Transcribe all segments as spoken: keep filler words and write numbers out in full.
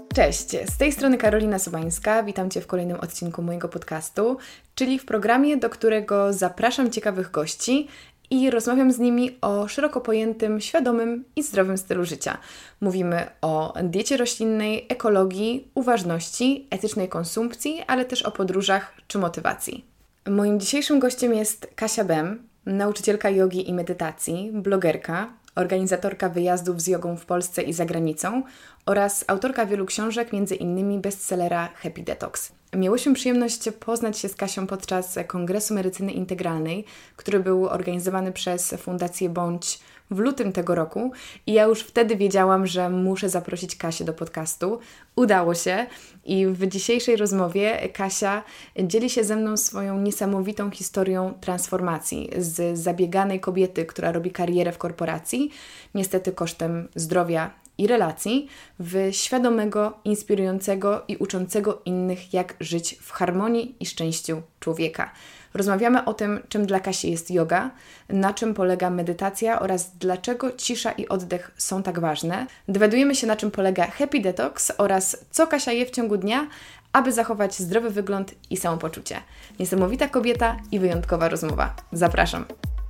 Cześć, z tej strony Karolina Sobańska, witam Cię w kolejnym odcinku mojego podcastu, czyli w programie, do którego zapraszam ciekawych gości i rozmawiam z nimi o szeroko pojętym, świadomym i zdrowym stylu życia. Mówimy o diecie roślinnej, ekologii, uważności, etycznej konsumpcji, ale też o podróżach czy motywacji. Moim dzisiejszym gościem jest Kasia Bem, nauczycielka jogi i medytacji, blogerka, organizatorka wyjazdów z jogą w Polsce i za granicą oraz autorka wielu książek, między innymi bestsellera Happy Detox. Miałyśmy przyjemność poznać się z Kasią podczas Kongresu Medycyny Integralnej, który był organizowany przez Fundację Bądź w lutym tego roku i ja już wtedy wiedziałam, że muszę zaprosić Kasię do podcastu. Udało się i w dzisiejszej rozmowie Kasia dzieli się ze mną swoją niesamowitą historią transformacji z zabieganej kobiety, która robi karierę w korporacji, niestety kosztem zdrowia i relacji, w świadomego, inspirującego i uczącego innych, jak żyć w harmonii i szczęściu człowieka. Rozmawiamy o tym, czym dla Kasi jest yoga, na czym polega medytacja oraz dlaczego cisza i oddech są tak ważne. Dowiadujemy się, na czym polega Happy Detox oraz co Kasia je w ciągu dnia, aby zachować zdrowy wygląd i samopoczucie. Niesamowita kobieta i wyjątkowa rozmowa. Zapraszam.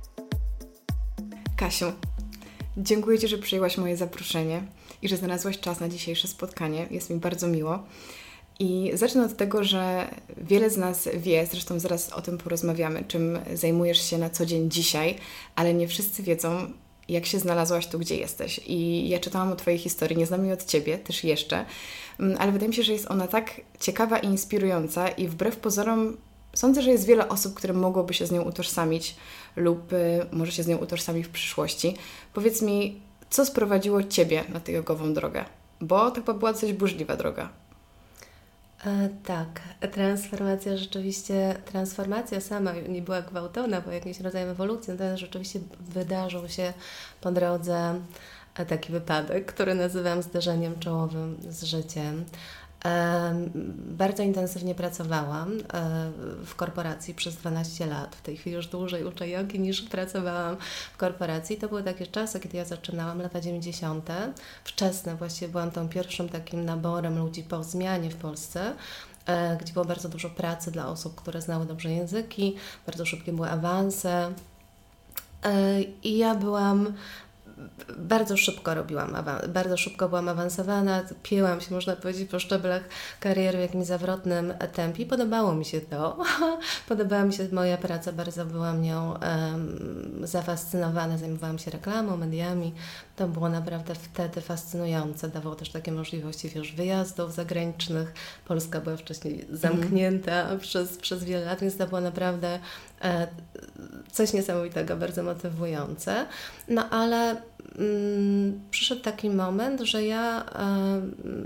Kasiu, dziękuję Ci, że przyjęłaś moje zaproszenie i że znalazłaś czas na dzisiejsze spotkanie. Jest mi bardzo miło. I zacznę od tego, że wiele z nas wie, zresztą zaraz o tym porozmawiamy, czym zajmujesz się na co dzień dzisiaj, ale nie wszyscy wiedzą, jak się znalazłaś tu, gdzie jesteś. I ja czytałam o Twojej historii, nie znam jej od Ciebie, też jeszcze, ale wydaje mi się, że jest ona tak ciekawa i inspirująca i wbrew pozorom sądzę, że jest wiele osób, które mogłoby się z nią utożsamić lub y, może się z nią utożsami w przyszłości. Powiedz mi, co sprowadziło Ciebie na tę jogową drogę? Bo to chyba była dosyć burzliwa droga. E, tak, transformacja rzeczywiście, transformacja sama nie była gwałtowna, bo jakiś rodzaj ewolucji, natomiast rzeczywiście wydarzył się po drodze taki wypadek, który nazywam zderzeniem czołowym z życiem. E, bardzo intensywnie pracowałam e, w korporacji przez dwanaście lat. W tej chwili już dłużej uczę jogi niż pracowałam w korporacji. To były takie czasy, kiedy ja zaczynałam, lata dziewięćdziesiąte. Wczesne, właściwie byłam tą pierwszym takim naborem ludzi po zmianie w Polsce, e, gdzie było bardzo dużo pracy dla osób, które znały dobrze języki, bardzo szybkie były awanse. E, I ja byłam Bardzo szybko robiłam, bardzo szybko byłam awansowana, pięłam się, można powiedzieć, po szczeblach kariery w jakimś zawrotnym tempie. Podobało mi się to, podobała mi się moja praca, bardzo byłam nią um, zafascynowana, zajmowałam się reklamą, mediami. To było naprawdę wtedy fascynujące, dawało też takie możliwości, wiesz, wyjazdów zagranicznych. Polska była wcześniej zamknięta mm. przez, przez wiele lat, więc to było naprawdę e, coś niesamowitego, bardzo motywujące. No ale mm, przyszedł taki moment, że ja e,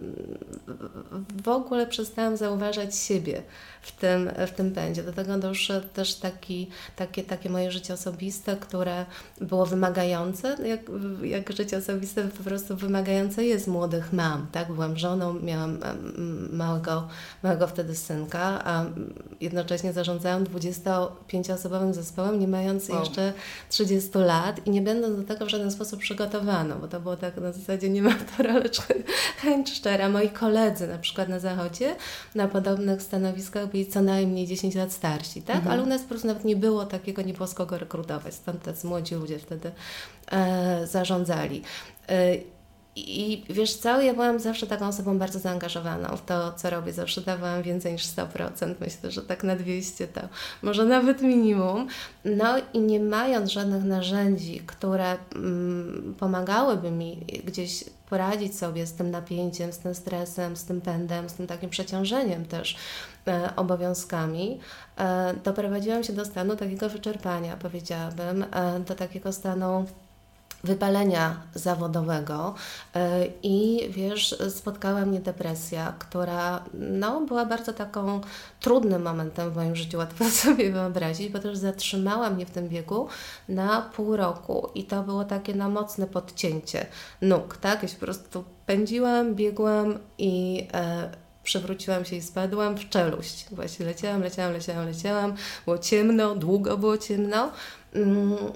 w ogóle przestałam zauważać siebie w tym, w tym pędzie. Do tego doszedł też taki, takie, takie moje życie osobiste, które było wymagające, jak, jak życie osobiste po prostu wymagające jest młodych mam, tak? Byłam żoną, miałam małego, małego wtedy synka, a jednocześnie zarządzałam dwudziestopięcioosobowym zespołem, nie mając wow. jeszcze trzydziestu lat i nie będąc do tego w żaden sposób przygotowaną, bo to było tak na zasadzie nie ma to, lecz chęć szczera. Moi koledzy na przykład na zachodzie, na podobnych stanowiskach byli co najmniej dziesięć lat starsi, tak? Mhm. Ale u nas po prostu nawet nie było takiego, nie było z kogo rekrutować, stąd tacy młodzi ludzie wtedy e, zarządzali. E, I wiesz co, ja byłam zawsze taką osobą bardzo zaangażowaną w to, co robię. Zawsze dawałam więcej niż sto procent. Myślę, że tak na dwieście to może nawet minimum. No i nie mając żadnych narzędzi, które mm, pomagałyby mi gdzieś poradzić sobie z tym napięciem, z tym stresem, z tym pędem, z tym takim przeciążeniem też e, obowiązkami, e, doprowadziłam się do stanu takiego wyczerpania, powiedziałabym, e, do takiego stanu wypalenia zawodowego i wiesz, spotkała mnie depresja, która no, była bardzo taką trudnym momentem w moim życiu, łatwo sobie wyobrazić, bo też zatrzymała mnie w tym biegu na pół roku i to było takie no, mocne podcięcie nóg, tak? Ja się po prostu pędziłam, biegłam i e, przewróciłam się i spadłam w czeluść. Właśnie leciałam, leciałam, leciałam, leciałam, było ciemno, długo było ciemno. Mm.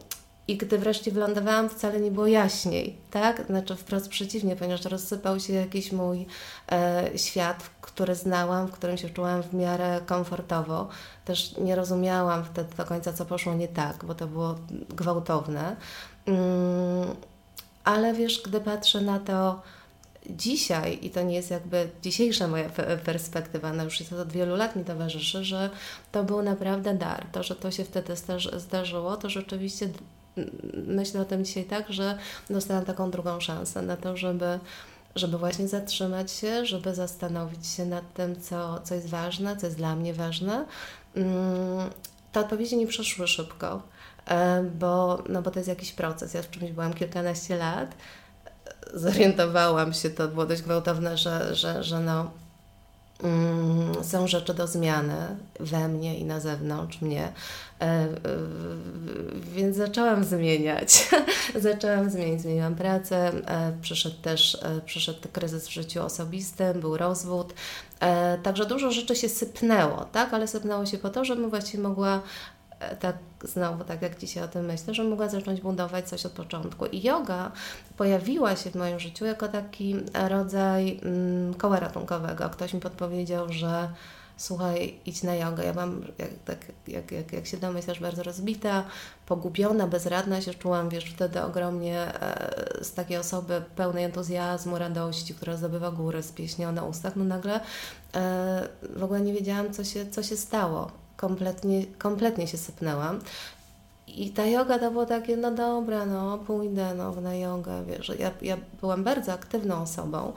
I gdy wreszcie wylądowałam, wcale nie było jaśniej, tak? Znaczy wprost przeciwnie, ponieważ rozsypał się jakiś mój e, świat, który znałam, w którym się czułam w miarę komfortowo. Też nie rozumiałam wtedy do końca, co poszło nie tak, bo to było gwałtowne. Mm, ale wiesz, gdy patrzę na to dzisiaj, i to nie jest jakby dzisiejsza moja perspektywa, no już jest to od wielu lat mi towarzyszy, że to był naprawdę dar. To, że to się wtedy zdarzyło, to rzeczywiście myślę o tym dzisiaj tak, że dostałam taką drugą szansę na to, żeby, żeby właśnie zatrzymać się, żeby zastanowić się nad tym, co, co jest ważne, co jest dla mnie ważne. Te odpowiedzi nie przyszły szybko, bo, no bo to jest jakiś proces. Ja w czymś byłam kilkanaście lat, zorientowałam się, to było dość gwałtowne, że, że, że no, mm, są rzeczy do zmiany we mnie i na zewnątrz mnie, e, e, więc zaczęłam zmieniać. zaczęłam zmieniać, zmieniłam pracę, e, przyszedł też e, przyszedł kryzys w życiu osobistym, był rozwód, e, także dużo rzeczy się sypnęło, tak? Ale sypnęło się po to, żebym właściwie mogła tak znowu, tak jak dzisiaj o tym myślę, że mogła zacząć budować coś od początku. I joga pojawiła się w moim życiu jako taki rodzaj mm, koła ratunkowego. Ktoś mi podpowiedział, że słuchaj, idź na jogę. Ja mam, jak, tak, jak, jak, jak się domyślasz, bardzo rozbita, pogubiona, bezradna się czułam, wiesz, wtedy ogromnie e, z takiej osoby pełnej entuzjazmu, radości, która zdobywa góry z pieśnią na ustach, no nagle e, w ogóle nie wiedziałam, co się, co się stało. Kompletnie, kompletnie się sypnęłam. I ta joga to było takie, no dobra, no pójdę no, na jogę, wiesz, ja, ja byłam bardzo aktywną osobą,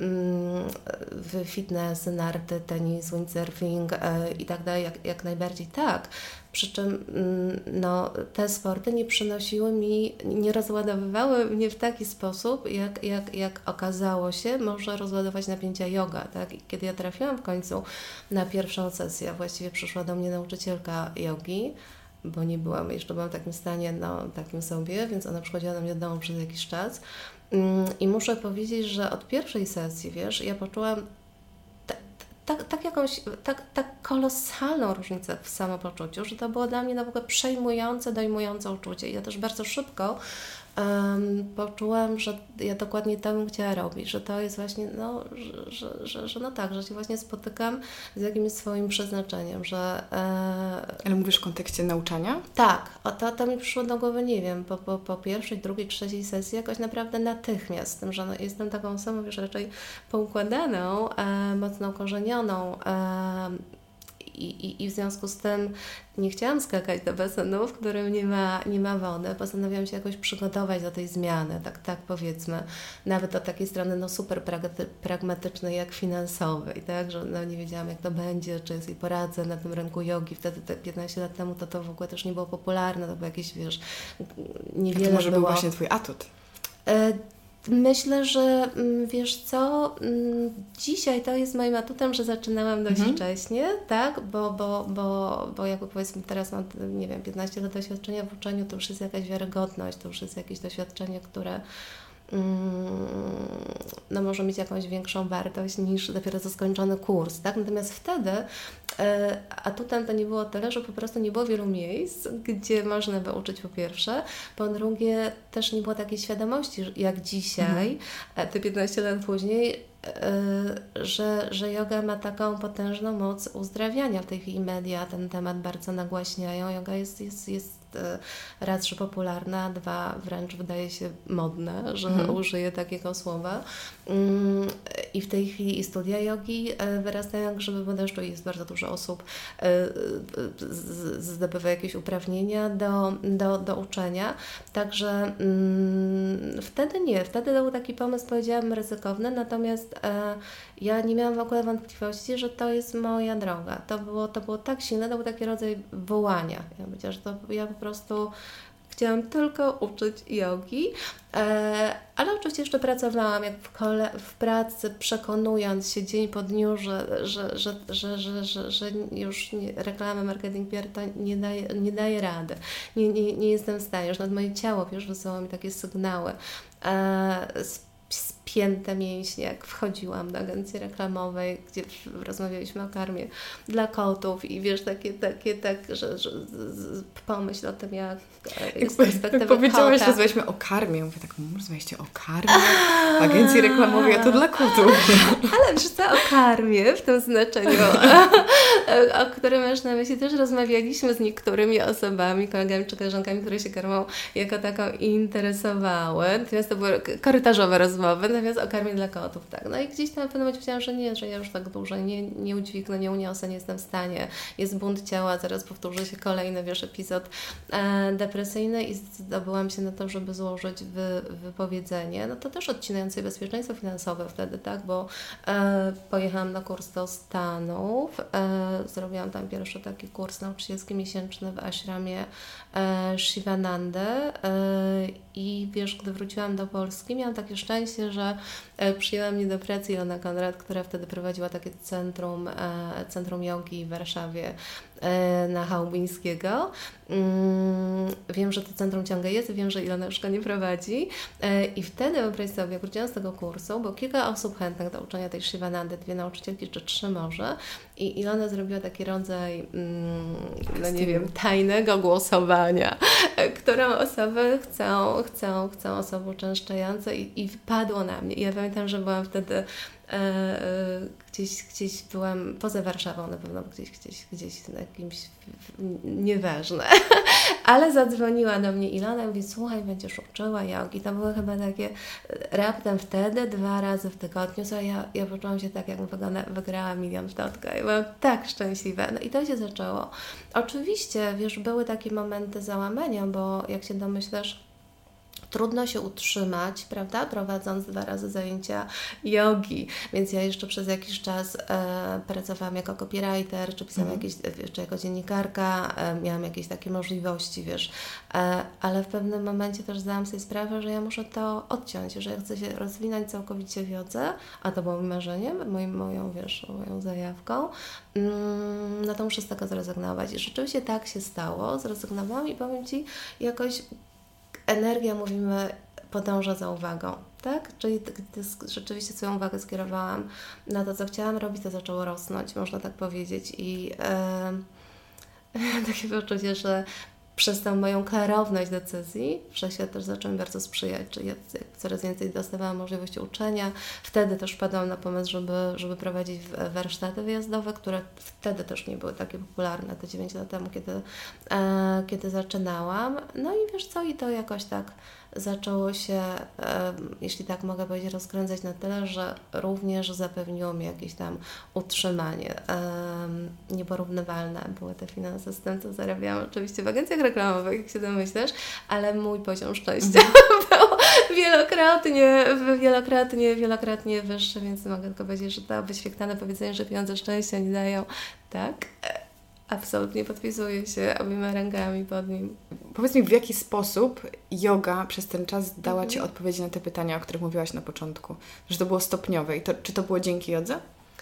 w fitness, narty, tenis, windsurfing i tak dalej, jak, jak najbardziej tak. Przy czym no, te sporty nie przynosiły mi, nie rozładowywały mnie w taki sposób, jak, jak, jak okazało się, może rozładować napięcia joga. Tak? I kiedy ja trafiłam w końcu na pierwszą sesję, właściwie przyszła do mnie nauczycielka jogi, bo nie byłam, jeszcze byłam w takim stanie, no takim sobie, więc ona przychodziła do mnie do domu przez jakiś czas. I muszę powiedzieć, że od pierwszej sesji, wiesz, ja poczułam tak, tak, tak jakąś, tak, tak kolosalną różnicę w samopoczuciu, że to było dla mnie na w ogóle przejmujące, dojmujące uczucie. I ja też bardzo szybko um, poczułam, że ja dokładnie to bym chciała robić, że to jest właśnie, no, że, że, że, że no tak, że się właśnie spotykam z jakimś swoim przeznaczeniem, że... E, Ale mówisz w kontekście nauczania? Tak, o to, to mi przyszło do głowy, nie wiem, po, po, po pierwszej, drugiej, trzeciej sesji jakoś naprawdę natychmiast, z tym, że no, jestem taką osobą, wiesz, raczej poukładaną, e, mocno ukorzenioną, e, I, i, I w związku z tym nie chciałam skakać do basenu, w którym nie ma, nie ma wody. Postanowiłam się jakoś przygotować do tej zmiany, tak, tak powiedzmy. Nawet od takiej strony no, super pragmatycznej jak finansowej, tak? Że no, nie wiedziałam jak to będzie, czy sobie poradzę na tym rynku jogi. Wtedy te piętnaście lat temu to to w ogóle też nie było popularne, to było jakieś, wiesz, niewiele A to może było. był właśnie Twój atut? E, Myślę, że wiesz co, dzisiaj to jest moim atutem, że zaczynałam dość mhm. wcześnie, tak, bo, bo, bo, bo jakby powiedzmy teraz mam, nie wiem, piętnaście lat doświadczenia w uczeniu, to już jest jakaś wiarygodność, to już jest jakieś doświadczenie, które no może mieć jakąś większą wartość niż dopiero co skończony kurs, tak? Natomiast wtedy e, atutem to nie było tyle, że po prostu nie było wielu miejsc, gdzie można by uczyć po pierwsze, po drugie też nie było takiej świadomości jak dzisiaj, mhm. te piętnaście lat później, e, że, że joga ma taką potężną moc uzdrawiania. W tej chwili media ten temat bardzo nagłaśniają. Joga jest, jest, jest raz, że popularna, dwa, wręcz wydaje się modne, że mhm. użyję takiego słowa. I w tej chwili i studia jogi wyrastają jak grzyby po deszczu i jest bardzo dużo osób zdobywa jakieś uprawnienia do, do, do uczenia. Także mm, wtedy nie, wtedy to był taki pomysł, powiedziałabym, ryzykowny, natomiast e, ja nie miałam w ogóle wątpliwości, że to jest moja droga. To było, to było tak silne, to był taki rodzaj wołania. Ja myślę, że to ja po prostu chciałam tylko uczyć jogi, e, ale oczywiście jeszcze pracowałam jak w, kole, w pracy, przekonując się dzień po dniu, że, że, że, że, że, że, że już nie, reklama, marketing, P R to nie daje, nie daje rady. Nie, nie, nie jestem w stanie, już nawet moje ciało wiesz, wysyłało mi takie sygnały. E, spięte mięśnie, jak wchodziłam do agencji reklamowej, gdzie rozmawialiśmy o karmie dla kotów i wiesz, takie, takie, tak, że, że z, pomyśl o tym, jak z perspektywy jak powiedziałaś, kota. rozmawialiśmy o karmie. Mówię tak, rozmawialiście o karmie w agencji reklamowej, a to dla kotów. Ale wiesz co, o karmie w tym znaczeniu, o, o którym masz na myśli, też rozmawialiśmy z niektórymi osobami, kolegami czy koleżankami, które się karmą jako taką interesowały. Natomiast to były korytarzowe rozmowy, natomiast o karmie dla kotów, tak. No i gdzieś tam w pewnym momencie powiedziałam, że nie, że ja już tak dłużej nie, nie udźwignę, nie uniosę, nie jestem w stanie. Jest bunt ciała, zaraz powtórzy się kolejny, wiesz, epizod e, depresyjny i zdobyłam się na to, żeby złożyć wy, wypowiedzenie. No to też odcinając sobie bezpieczeństwo finansowe wtedy, tak, bo e, pojechałam na kurs do Stanów, e, zrobiłam tam pierwszy taki kurs nauczycielski miesięczny w ashramie e, Shivanandy e, i wiesz, gdy wróciłam do Polski, miałam takie szczęście, że e, przyjęła mnie do pracy Ilona Konrad, która wtedy prowadziła takie centrum, e, centrum jogi w Warszawie e, na Chałubińskiego. Mm, wiem, że to centrum ciągle jest, wiem, że Ilona już go nie prowadzi e, i wtedy, wyobraź sobie, jak wróciłam z tego kursu, było kilka osób chętnych do uczenia tej Shivanandy, dwie nauczycielki czy trzy może i Ilona zrobiła taki rodzaj, mm, no nie wiem, tajnego głosowania, e, którą osoby chcą, chcą, chcą osoby uczęszczające i, i wpadło na mnie. I ja pamiętam, że byłam wtedy e, e, gdzieś, gdzieś byłam poza Warszawą na pewno, gdzieś, gdzieś, gdzieś na jakimś, nieważne, ale zadzwoniła do mnie Ilona i mówi, słuchaj, będziesz uczyła jogi. To były chyba takie raptem wtedy, dwa razy w tygodniu, so ja, ja poczułam się tak, jakbym wygrała, wygrała milion w totkę. I byłam tak szczęśliwa. No i to się zaczęło. Oczywiście, wiesz, były takie momenty załamania, bo jak się domyślasz, trudno się utrzymać, prawda, prowadząc dwa razy zajęcia jogi, więc ja jeszcze przez jakiś czas e, pracowałam jako copywriter, czy pisałam mm. jakieś, czy jako dziennikarka, e, miałam jakieś takie możliwości, wiesz, e, ale w pewnym momencie też zdałam sobie sprawę, że ja muszę to odciąć, że ja chcę się rozwinąć całkowicie w jodze, a to było moim marzeniem, moim, moją, wiesz, moją zajawką, mm, no to muszę z tego zrezygnować. I rzeczywiście tak się stało, zrezygnowałam i powiem Ci, jakoś energia, mówimy, podąża za uwagą, tak? Czyli gdy rzeczywiście swoją uwagę skierowałam na to, co chciałam robić, to zaczęło rosnąć, można tak powiedzieć. I e, takie poczucie, że przez tą moją klarowność decyzji wszechświat też zaczął mi bardzo sprzyjać, czyli ja coraz więcej dostawałam możliwości uczenia. Wtedy też wpadłam na pomysł, żeby, żeby prowadzić warsztaty wyjazdowe, które wtedy też nie były takie popularne, te dziewięć lat temu, kiedy, e, kiedy zaczynałam. No i wiesz co, i to jakoś tak zaczęło się, e, jeśli tak mogę powiedzieć, rozkręcać na tyle, że również zapewniło mi jakieś tam utrzymanie. E, nieporównywalne były te finanse z tym, co zarabiałam oczywiście w agencjach reklamowych, jak się domyślasz, ale mój poziom szczęścia był wielokrotnie, wielokrotnie, wielokrotnie wyższy, więc mogę tylko powiedzieć, że to wyświetlane powiedzenie, że pieniądze szczęścia nie dają, tak? Absolutnie podpisuję się obiema rękami pod nim. Powiedz mi, w jaki sposób yoga przez ten czas dała Ci odpowiedzi na te pytania, o których mówiłaś na początku? Że to było stopniowe i to, czy to było dzięki jodze?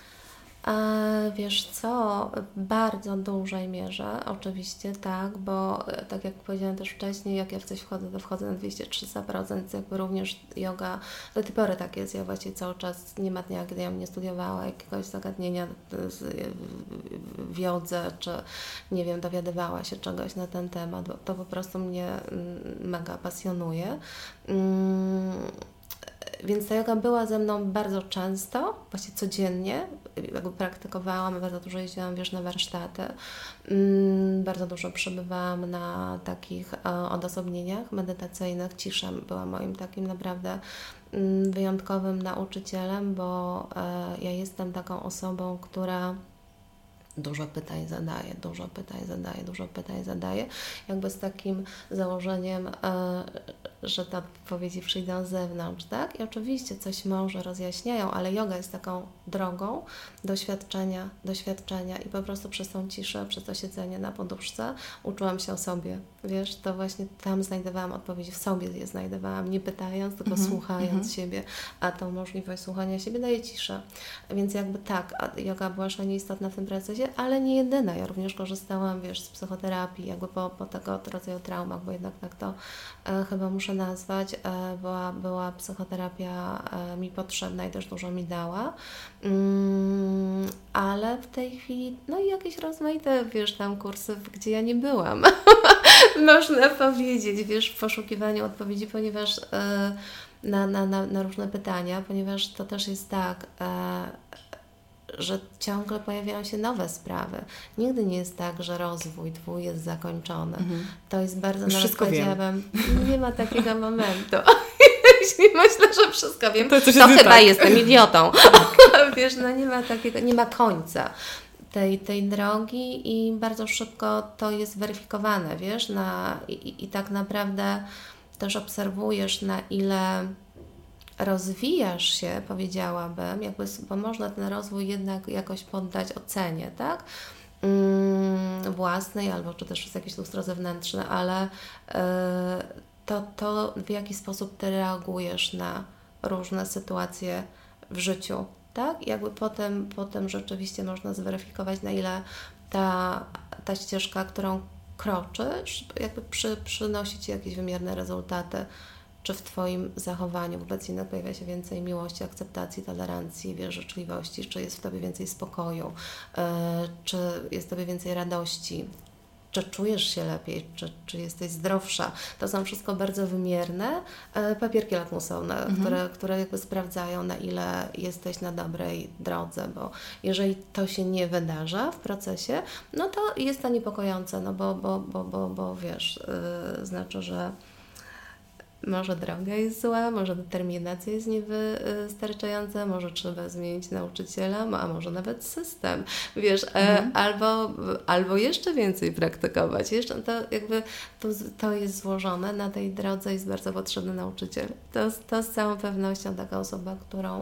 E, wiesz co, w bardzo dużej mierze oczywiście tak, bo tak jak powiedziałam też wcześniej, jak ja w coś wchodzę, to wchodzę na dwieście do trzystu procent, jakby również yoga, do tej pory tak jest, ja właściwie cały czas nie ma dnia, gdy ja nie studiowała jakiegoś zagadnienia w jodze, czy nie wiem, dowiadywała się czegoś na ten temat, bo to po prostu mnie mega pasjonuje. Mm. Więc ta joga była ze mną bardzo często, właściwie codziennie, jakby praktykowałam, bardzo dużo jeździłam, wiesz, na warsztaty, mm, bardzo dużo przebywałam na takich e, odosobnieniach medytacyjnych. Cisza była moim takim naprawdę mm, wyjątkowym nauczycielem, bo e, ja jestem taką osobą, która dużo pytań zadaje, dużo pytań zadaje, dużo pytań zadaje, jakby z takim założeniem, e, że te odpowiedzi przyjdą z zewnątrz, tak? I oczywiście coś może rozjaśniają, ale yoga jest taką drogą doświadczenia, doświadczenia i po prostu przez tą ciszę, przez to siedzenie na poduszce uczyłam się o sobie. Wiesz, to właśnie tam znajdowałam odpowiedzi, w sobie je znajdowałam, nie pytając, tylko mm-hmm, słuchając mm-hmm. siebie, a tą możliwość słuchania siebie daje ciszę. Więc jakby tak, yoga była szalenie istotna w tym procesie, ale nie jedyna. Ja również korzystałam, wiesz, z psychoterapii, jakby po, po tego rodzaju traumach, bo jednak tak to e, chyba muszę muszę nazwać, była, była psychoterapia mi potrzebna i też dużo mi dała, ale w tej chwili, no i jakieś rozmaite, wiesz, tam kursy, gdzie ja nie byłam, można powiedzieć, wiesz, w poszukiwaniu odpowiedzi, ponieważ na, na, na, na różne pytania, ponieważ to też jest tak, że ciągle pojawiają się nowe sprawy. Nigdy nie jest tak, że rozwój Twój jest zakończony. Mhm. To jest bardzo, już nawet powiedziałabym, wiem. Nie ma takiego momentu. Jeśli myślę, że wszystko wiem, to, to chyba tak. Jestem idiotą. Wiesz, no nie ma takiego, nie ma końca tej, tej drogi i bardzo szybko to jest weryfikowane, wiesz, na, i, i tak naprawdę też obserwujesz, na ile rozwijasz się, powiedziałabym, jakby, bo można ten rozwój jednak jakoś poddać ocenie, tak? Mm, własnej, albo czy też przez jakieś lustro zewnętrzne, ale yy, to, to w jaki sposób Ty reagujesz na różne sytuacje w życiu, tak? I jakby potem, potem rzeczywiście można zweryfikować, na ile ta, ta ścieżka, którą kroczysz, jakby przy, przynosi Ci jakieś wymierne rezultaty. Czy w Twoim zachowaniu wobec innych pojawia się więcej miłości, akceptacji, tolerancji, wiesz, życzliwości, czy jest w Tobie więcej spokoju, yy, czy jest w Tobie więcej radości, czy czujesz się lepiej, czy, czy jesteś zdrowsza. To są wszystko bardzo wymierne yy, papierki lakmusowe, mhm. które, które jakby sprawdzają, na ile jesteś na dobrej drodze, bo jeżeli to się nie wydarza w procesie, no to jest to niepokojące, no bo, bo, bo, bo, bo wiesz, yy, znaczy, że może droga jest zła, może determinacja jest niewystarczająca, może trzeba zmienić nauczyciela, a może nawet system, wiesz, mhm. albo, albo jeszcze więcej praktykować. Jeszcze to jakby to, to jest złożone, na tej drodze jest bardzo potrzebny nauczyciel. To, to z całą pewnością taka osoba, którą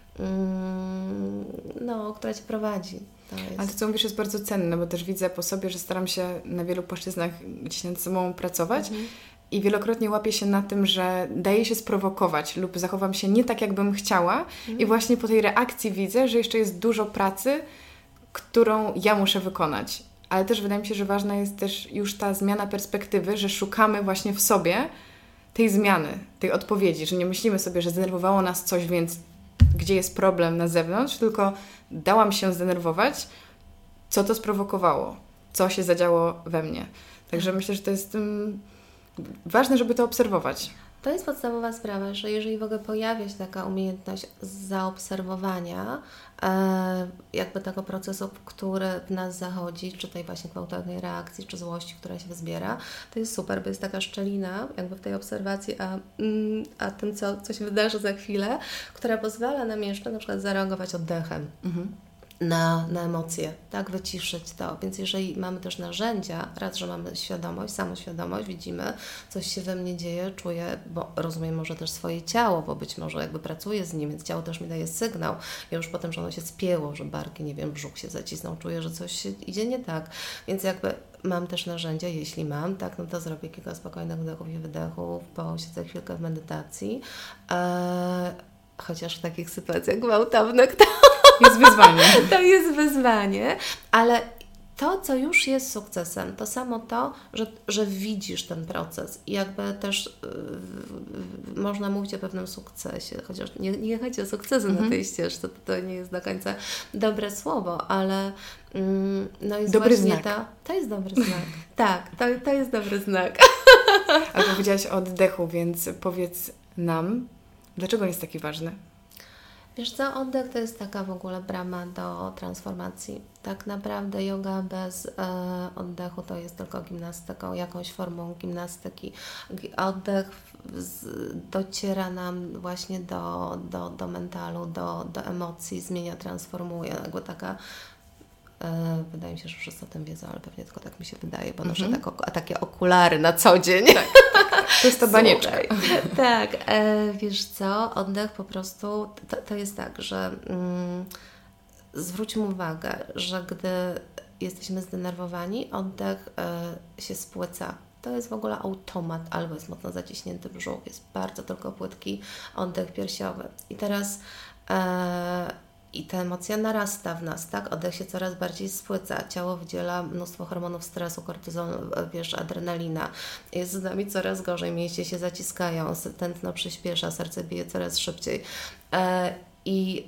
mm, no, która Cię prowadzi. To jest. Ale to, co mówisz, jest bardzo cenne, bo też widzę po sobie, że staram się na wielu płaszczyznach gdzieś nad sobą pracować. Mhm. I wielokrotnie łapię się na tym, że daję się sprowokować lub zachowam się nie tak, jakbym chciała. Mm. I właśnie po tej reakcji widzę, że jeszcze jest dużo pracy, którą ja muszę wykonać. Ale też wydaje mi się, że ważna jest też już ta zmiana perspektywy, że szukamy właśnie w sobie tej zmiany, tej odpowiedzi, że nie myślimy sobie, że zdenerwowało nas coś, więc gdzie jest problem na zewnątrz, tylko dałam się zdenerwować, co to sprowokowało, co się zadziało we mnie. Także myślę, że to jest um, ważne, żeby to obserwować. To jest podstawowa sprawa, że jeżeli w ogóle pojawia się taka umiejętność zaobserwowania e, jakby tego procesu, który w nas zachodzi, czy tej właśnie gwałtownej reakcji, czy złości, która się wzbiera, to jest super, bo jest taka szczelina jakby w tej obserwacji, a, mm, a tym, co, co się wydarzy za chwilę, która pozwala nam jeszcze na przykład zareagować oddechem. Mhm. Na, na emocje, tak, wyciszyć to. Więc jeżeli mamy też narzędzia, raz, że mamy świadomość, samoświadomość, widzimy, coś się we mnie dzieje, czuję, bo rozumiem może też swoje ciało, bo być może jakby pracuję z nim, więc ciało też mi daje sygnał. Ja już potem, że ono się spięło, że barki, nie wiem, brzuch się zacisnął, czuję, że coś się idzie nie tak. Więc jakby mam też narzędzia, jeśli mam, tak, no to zrobię kilka spokojnych wdechów i wydechów, posiedzę chwilkę w medytacji, eee, chociaż w takich sytuacjach gwałtownych to jest wyzwanie. To jest wyzwanie, ale to, co już jest sukcesem, to samo to, że, że widzisz ten proces i jakby też yy, można mówić o pewnym sukcesie, chociaż nie, nie chodzi o sukcesy mm-hmm. na tej ścieżce, to, to nie jest do końca dobre słowo, ale yy, no jest dobry właśnie znak. To, to jest dobry znak. Tak, to, to jest dobry znak. Ale powiedziałaś o oddechu, więc powiedz nam, dlaczego on jest taki ważny? Wiesz co, oddech to jest taka w ogóle brama do transformacji. Tak naprawdę yoga bez e, oddechu to jest tylko gimnastyką, jakąś formą gimnastyki. Oddech z, dociera nam właśnie do, do, do mentalu, do, do emocji, zmienia, transformuje. Jakby taka, e, wydaje mi się, że wszyscy o tym wiedzą, ale pewnie tylko tak mi się wydaje, bo noszę mm-hmm. tak, takie okulary na co dzień. Tak. To jest ta banieczka. Tak, e, wiesz co, oddech po prostu, to, to jest tak, że mm, zwróćmy uwagę, że gdy jesteśmy zdenerwowani, oddech e, się spłyca. To jest w ogóle automat, albo jest mocno zaciśnięty brzuch, jest bardzo tylko płytki oddech piersiowy. I teraz e, i ta emocja narasta w nas, tak? Oddech się coraz bardziej spłyca, ciało wydziela mnóstwo hormonów stresu, kortyzol, wiesz, adrenalina. Jest z nami coraz gorzej, mięśnie się zaciskają, tętno przyspiesza, serce bije coraz szybciej. E, I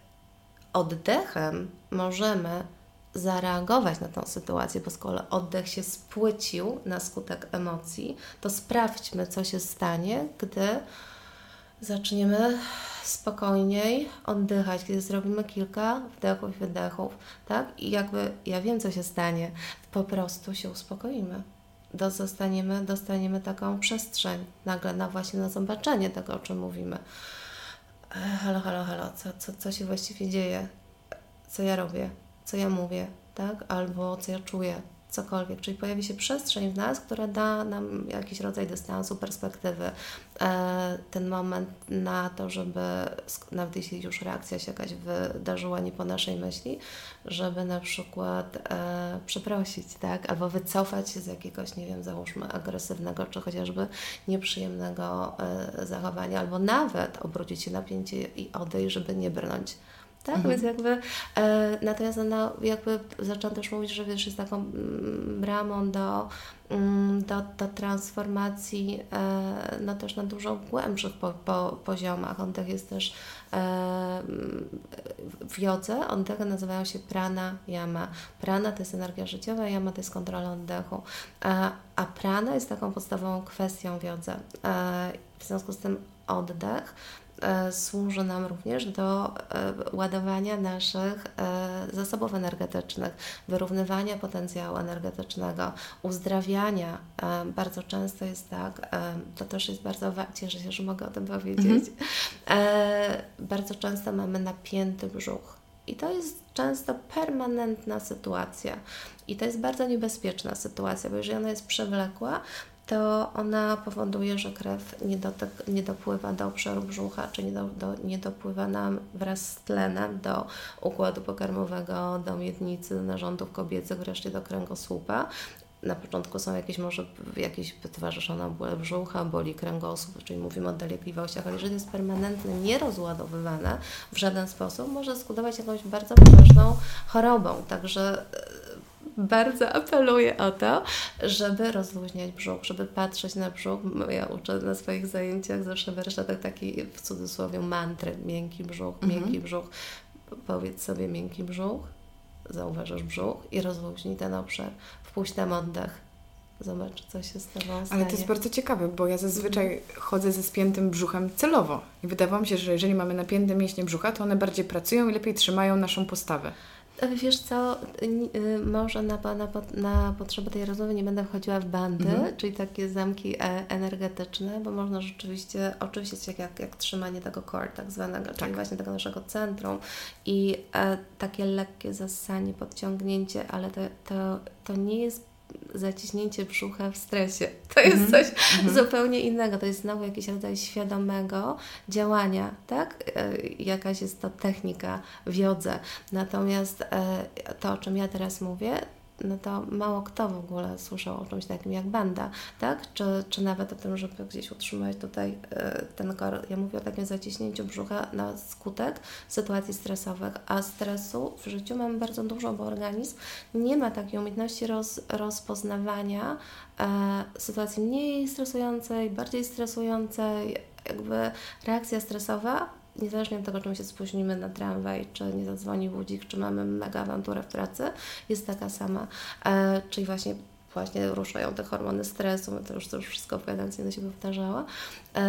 oddechem możemy zareagować na tą sytuację, bo skoro oddech się spłycił na skutek emocji, to sprawdźmy, co się stanie, gdy zaczniemy spokojniej oddychać, kiedy zrobimy kilka wdechów i wydechów, tak? I jakby ja wiem, co się stanie, po prostu się uspokoimy. Dostaniemy, dostaniemy taką przestrzeń nagle na właśnie na zobaczenie tego, o czym mówimy. Halo, halo, halo, co, co, co się właściwie dzieje? Co ja robię? Co ja mówię? Tak? Albo co ja czuję? Cokolwiek. Czyli pojawi się przestrzeń w nas, która da nam jakiś rodzaj dystansu, perspektywy. E, ten moment na to, żeby, nawet jeśli już reakcja się jakaś wydarzyła nie po naszej myśli, żeby na przykład e, przeprosić, tak? Albo wycofać się z jakiegoś, nie wiem, załóżmy agresywnego, czy chociażby nieprzyjemnego e, zachowania, albo nawet obrócić się na pięcie i odejść, żeby nie brnąć. Tak, mhm. Więc jakby, e, natomiast no, jakby zaczęłam też mówić, że wiesz, jest taką mm, bramą do, mm, do, do transformacji, e, no też na dużo głębszych po, po, poziomach. Oddech jest też e, w jodze, oddechy nazywają się prana, yama. Prana to jest energia życiowa, yama to jest kontrola oddechu. A, a prana jest taką podstawową kwestią w jodze. E, w związku z tym oddech służy nam również do ładowania naszych zasobów energetycznych, wyrównywania potencjału energetycznego, uzdrawiania. Bardzo często jest tak, to też jest bardzo ważne, cieszę się, że mogę o tym powiedzieć, mm-hmm. bardzo często mamy napięty brzuch. I to jest często permanentna sytuacja. I to jest bardzo niebezpieczna sytuacja, bo jeżeli ona jest przewlekła, to ona powoduje, że krew nie, dotyk, nie dopływa do obszaru brzucha, czy nie, do, do, nie dopływa nam wraz z tlenem do układu pokarmowego, do miednicy, do narządów kobiecych, wreszcie do kręgosłupa. Na początku są jakieś może jakieś towarzyszone bóle brzucha, boli kręgosłup, czyli mówimy o dolegliwościach, ale jeżeli jest permanentnie nierozładowywane w żaden sposób, może skutkować jakąś bardzo poważną chorobą. Także bardzo apeluję o to, żeby rozluźniać brzuch, żeby patrzeć na brzuch. Ja uczę na swoich zajęciach zawsze warsztatach takiej w cudzysłowie mantry, miękki brzuch, mhm. miękki brzuch. Powiedz sobie miękki brzuch, zauważysz brzuch i rozluźnij ten obszar. Wpuść tam oddech. Zobacz, co się z Tobą stanie. Ale to jest bardzo ciekawe, bo ja zazwyczaj mm. chodzę ze spiętym brzuchem celowo. I wydawało mi się, że jeżeli mamy napięte mięśnie brzucha, to one bardziej pracują i lepiej trzymają naszą postawę. Wiesz co, może na, na, na potrzeby tej rozmowy nie będę wchodziła w bandy, mm-hmm. czyli takie zamki energetyczne, bo można rzeczywiście, oczywiście jak, jak trzymanie tego core tak zwanego, tak. czyli właśnie tego naszego centrum i e, takie lekkie zassanie, podciągnięcie, ale to, to, to nie jest zaciśnięcie brzucha w stresie. To jest mm-hmm. coś mm-hmm. zupełnie innego. To jest znowu jakiś rodzaj świadomego działania, tak? E, jakaś jest to technika w jodze. Natomiast e, to, o czym ja teraz mówię, no to mało kto w ogóle słyszał o czymś takim jak banda, tak? Czy, czy nawet o tym, żeby gdzieś utrzymać tutaj e, ten kor. Ja mówię o takim zaciśnięciu brzucha na skutek sytuacji stresowych, a stresu w życiu mamy bardzo dużo, bo organizm nie ma takiej umiejętności roz, rozpoznawania e, sytuacji mniej stresującej, bardziej stresującej, jakby reakcja stresowa, niezależnie od tego, czy my się spóźnimy na tramwaj, czy nie zadzwoni budzik, czy mamy mega awanturę w pracy, jest taka sama. E, czyli właśnie, właśnie ruszają te hormony stresu, my to już, to już wszystko opowiadając, nie będę się powtarzała. E,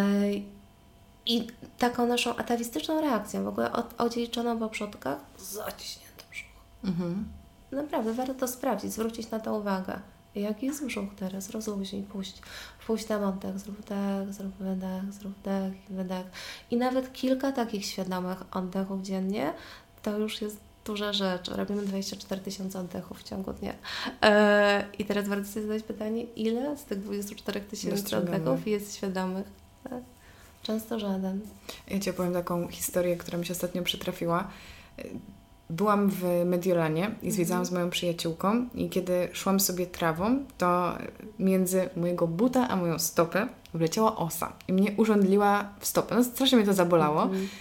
I taką naszą atawistyczną reakcją, w ogóle od, odziedziczoną po przodkach, zaciśnięty brzuch. Mhm. Naprawdę, warto to sprawdzić, zwrócić na to uwagę. Jaki jest brzuch teraz? Rozluźnij, puść. Wpuść tam oddech, zrób wdech, zrób wydech, zrób wdech i wydech. I nawet kilka takich świadomych oddechów dziennie, to już jest duża rzecz. Robimy dwadzieścia cztery tysiące oddechów w ciągu dnia. Eee, I teraz warto sobie zadać pytanie, ile z tych dwudziestu czterech tysięcy oddechów jest świadomych? Tak? Często żaden. Ja Ci opowiem taką historię, która mi się ostatnio przytrafiła. Byłam w Mediolanie i zwiedzałam z moją przyjaciółką i kiedy szłam sobie trawą, to między mojego buta a moją stopę wleciała osa i mnie urządliła w stopę. No strasznie mnie to zabolało. Mm-hmm.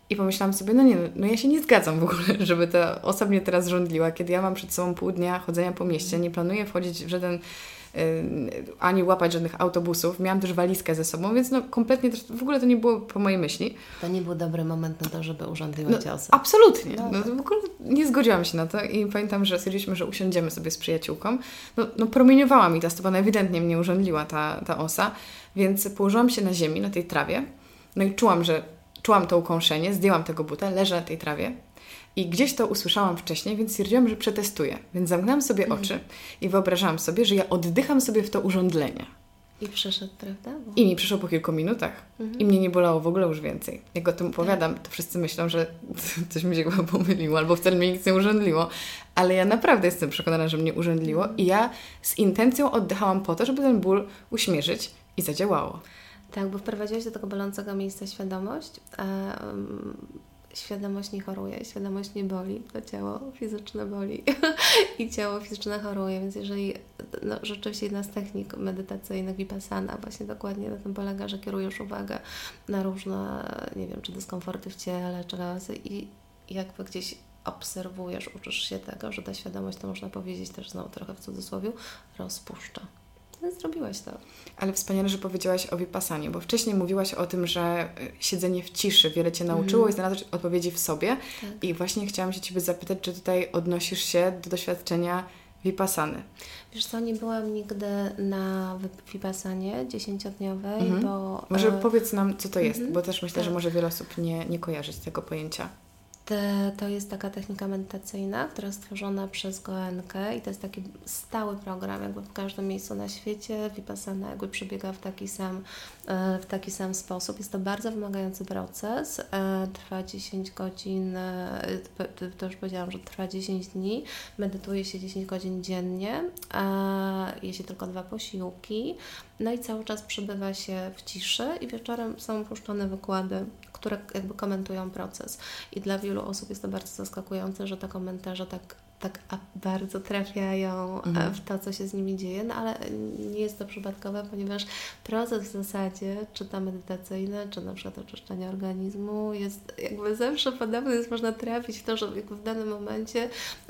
I pomyślałam sobie, no nie, no ja się nie zgadzam w ogóle, żeby ta osoba mnie teraz rządliła, kiedy ja mam przed sobą pół dnia chodzenia po mieście, nie planuję wchodzić w żaden, yy, ani łapać żadnych autobusów, miałam też walizkę ze sobą, więc no kompletnie, też, w ogóle to nie było po mojej myśli. To nie był dobry moment na to, żeby urządliła Cię no, osoba. Absolutnie. No, no, w ogóle nie zgodziłam się na to i pamiętam, że stwierdziliśmy, że usiądziemy sobie z przyjaciółką. No, no promieniowała mi ta stopa, no ewidentnie mnie urządliła ta, ta osa, więc położyłam się na ziemi, na tej trawie, no i czułam, że Czułam to ukąszenie, zdjęłam tego buta, leżę na tej trawie i gdzieś to usłyszałam wcześniej, więc stwierdziłam, że przetestuję. Więc zamknęłam sobie mhm. oczy i wyobrażałam sobie, że ja oddycham sobie w to urządlenie. I przyszedł, prawda? Bo... I mi przyszło po kilku minutach. Mhm. I mnie nie bolało w ogóle już więcej. Jak o tym opowiadam, to wszyscy myślą, że coś mi się chyba pomyliło, albo wcale mnie nic nie urządliło. Ale ja naprawdę jestem przekonana, że mnie urządliło mhm. i ja z intencją oddychałam po to, żeby ten ból uśmierzyć i zadziałało. Tak, bo wprowadziłaś do tego bolącego miejsca świadomość, a um, świadomość nie choruje, świadomość nie boli, to ciało fizyczne boli i ciało fizyczne choruje, więc jeżeli, no rzeczywiście jedna z technik medytacyjnych vipassana właśnie dokładnie na tym polega, że kierujesz uwagę na różne, nie wiem, czy dyskomforty w ciele, czy razy i jakby gdzieś obserwujesz, uczysz się tego, że ta świadomość, to można powiedzieć też znowu trochę w cudzysłowie, rozpuszcza. Więc zrobiłaś to. Ale wspaniale, że powiedziałaś o vipassanie, bo wcześniej mówiłaś o tym, że siedzenie w ciszy wiele Cię nauczyło mm. i znalazłaś odpowiedzi w sobie. Tak. I właśnie chciałam się Ciebie zapytać, czy tutaj odnosisz się do doświadczenia vipassany. Wiesz co, nie byłam nigdy na vipassanie dziesięciodniowej, mm-hmm. bo... Może e... powiedz nam, co to jest, mm-hmm. bo też myślę, tak. że może wiele osób nie, nie kojarzyć tego pojęcia. To jest taka technika medytacyjna, która jest stworzona przez Goenkę i to jest taki stały program, jakby w każdym miejscu na świecie. Vipassana jakby przebiega w taki sam, w taki sam sposób. Jest to bardzo wymagający proces. Trwa dziesięć godzin, to już powiedziałam, że trwa dziesięć dni. Medytuje się dziesięć godzin dziennie. Je się tylko dwa posiłki. No i cały czas przebywa się w ciszy i wieczorem są puszczone wykłady, które jakby komentują proces. I dla wielu osób jest to bardzo zaskakujące, że te komentarze tak, tak bardzo trafiają mhm. w to, co się z nimi dzieje, no ale nie jest to przypadkowe, ponieważ proces w zasadzie, czy to medytacyjny, czy na przykład oczyszczenie organizmu, jest jakby zawsze podobny, jest można trafić w to, że jakby w danym momencie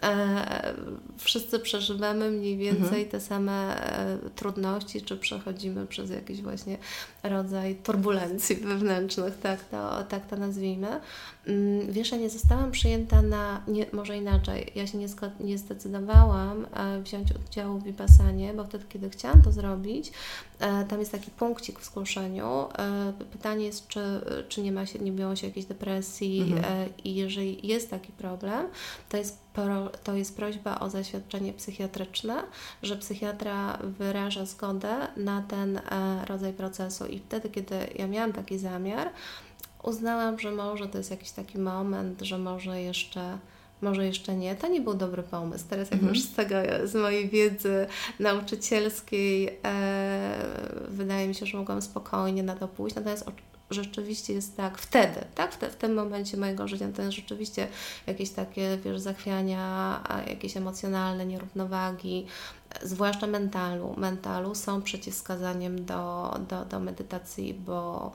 e, wszyscy przeżywamy mniej więcej mhm. te same e, trudności, czy przechodzimy przez jakiś właśnie rodzaj turbulencji wewnętrznych, tak to, tak to nazwijmy. Wiesz, ja nie zostałam przyjęta na, nie, może inaczej, ja się nie, nie zdecydowałam e, wziąć udziału w vipassanie, bo wtedy, kiedy chciałam to zrobić, e, tam jest taki punkcik w zgłoszeniu. E, pytanie jest, czy, czy nie ma się, nie miało się jakiejś depresji mhm. e, i jeżeli jest taki problem, to jest, pro, to jest prośba o zaświadczenie psychiatryczne, że psychiatra wyraża zgodę na ten e, rodzaj procesu i wtedy, kiedy ja miałam taki zamiar, uznałam, że może to jest jakiś taki moment, że może jeszcze, może jeszcze nie. To nie był dobry pomysł. Teraz jak mm-hmm. już z tego, z mojej wiedzy nauczycielskiej e, wydaje mi się, że mogłam spokojnie na to pójść. Natomiast o, rzeczywiście jest tak, wtedy, tak, w, te, w tym momencie mojego życia to jest rzeczywiście jakieś takie, wiesz, zachwiania, jakieś emocjonalne nierównowagi, zwłaszcza mentalu. Mentalu są przeciwwskazaniem do, do, do medytacji, bo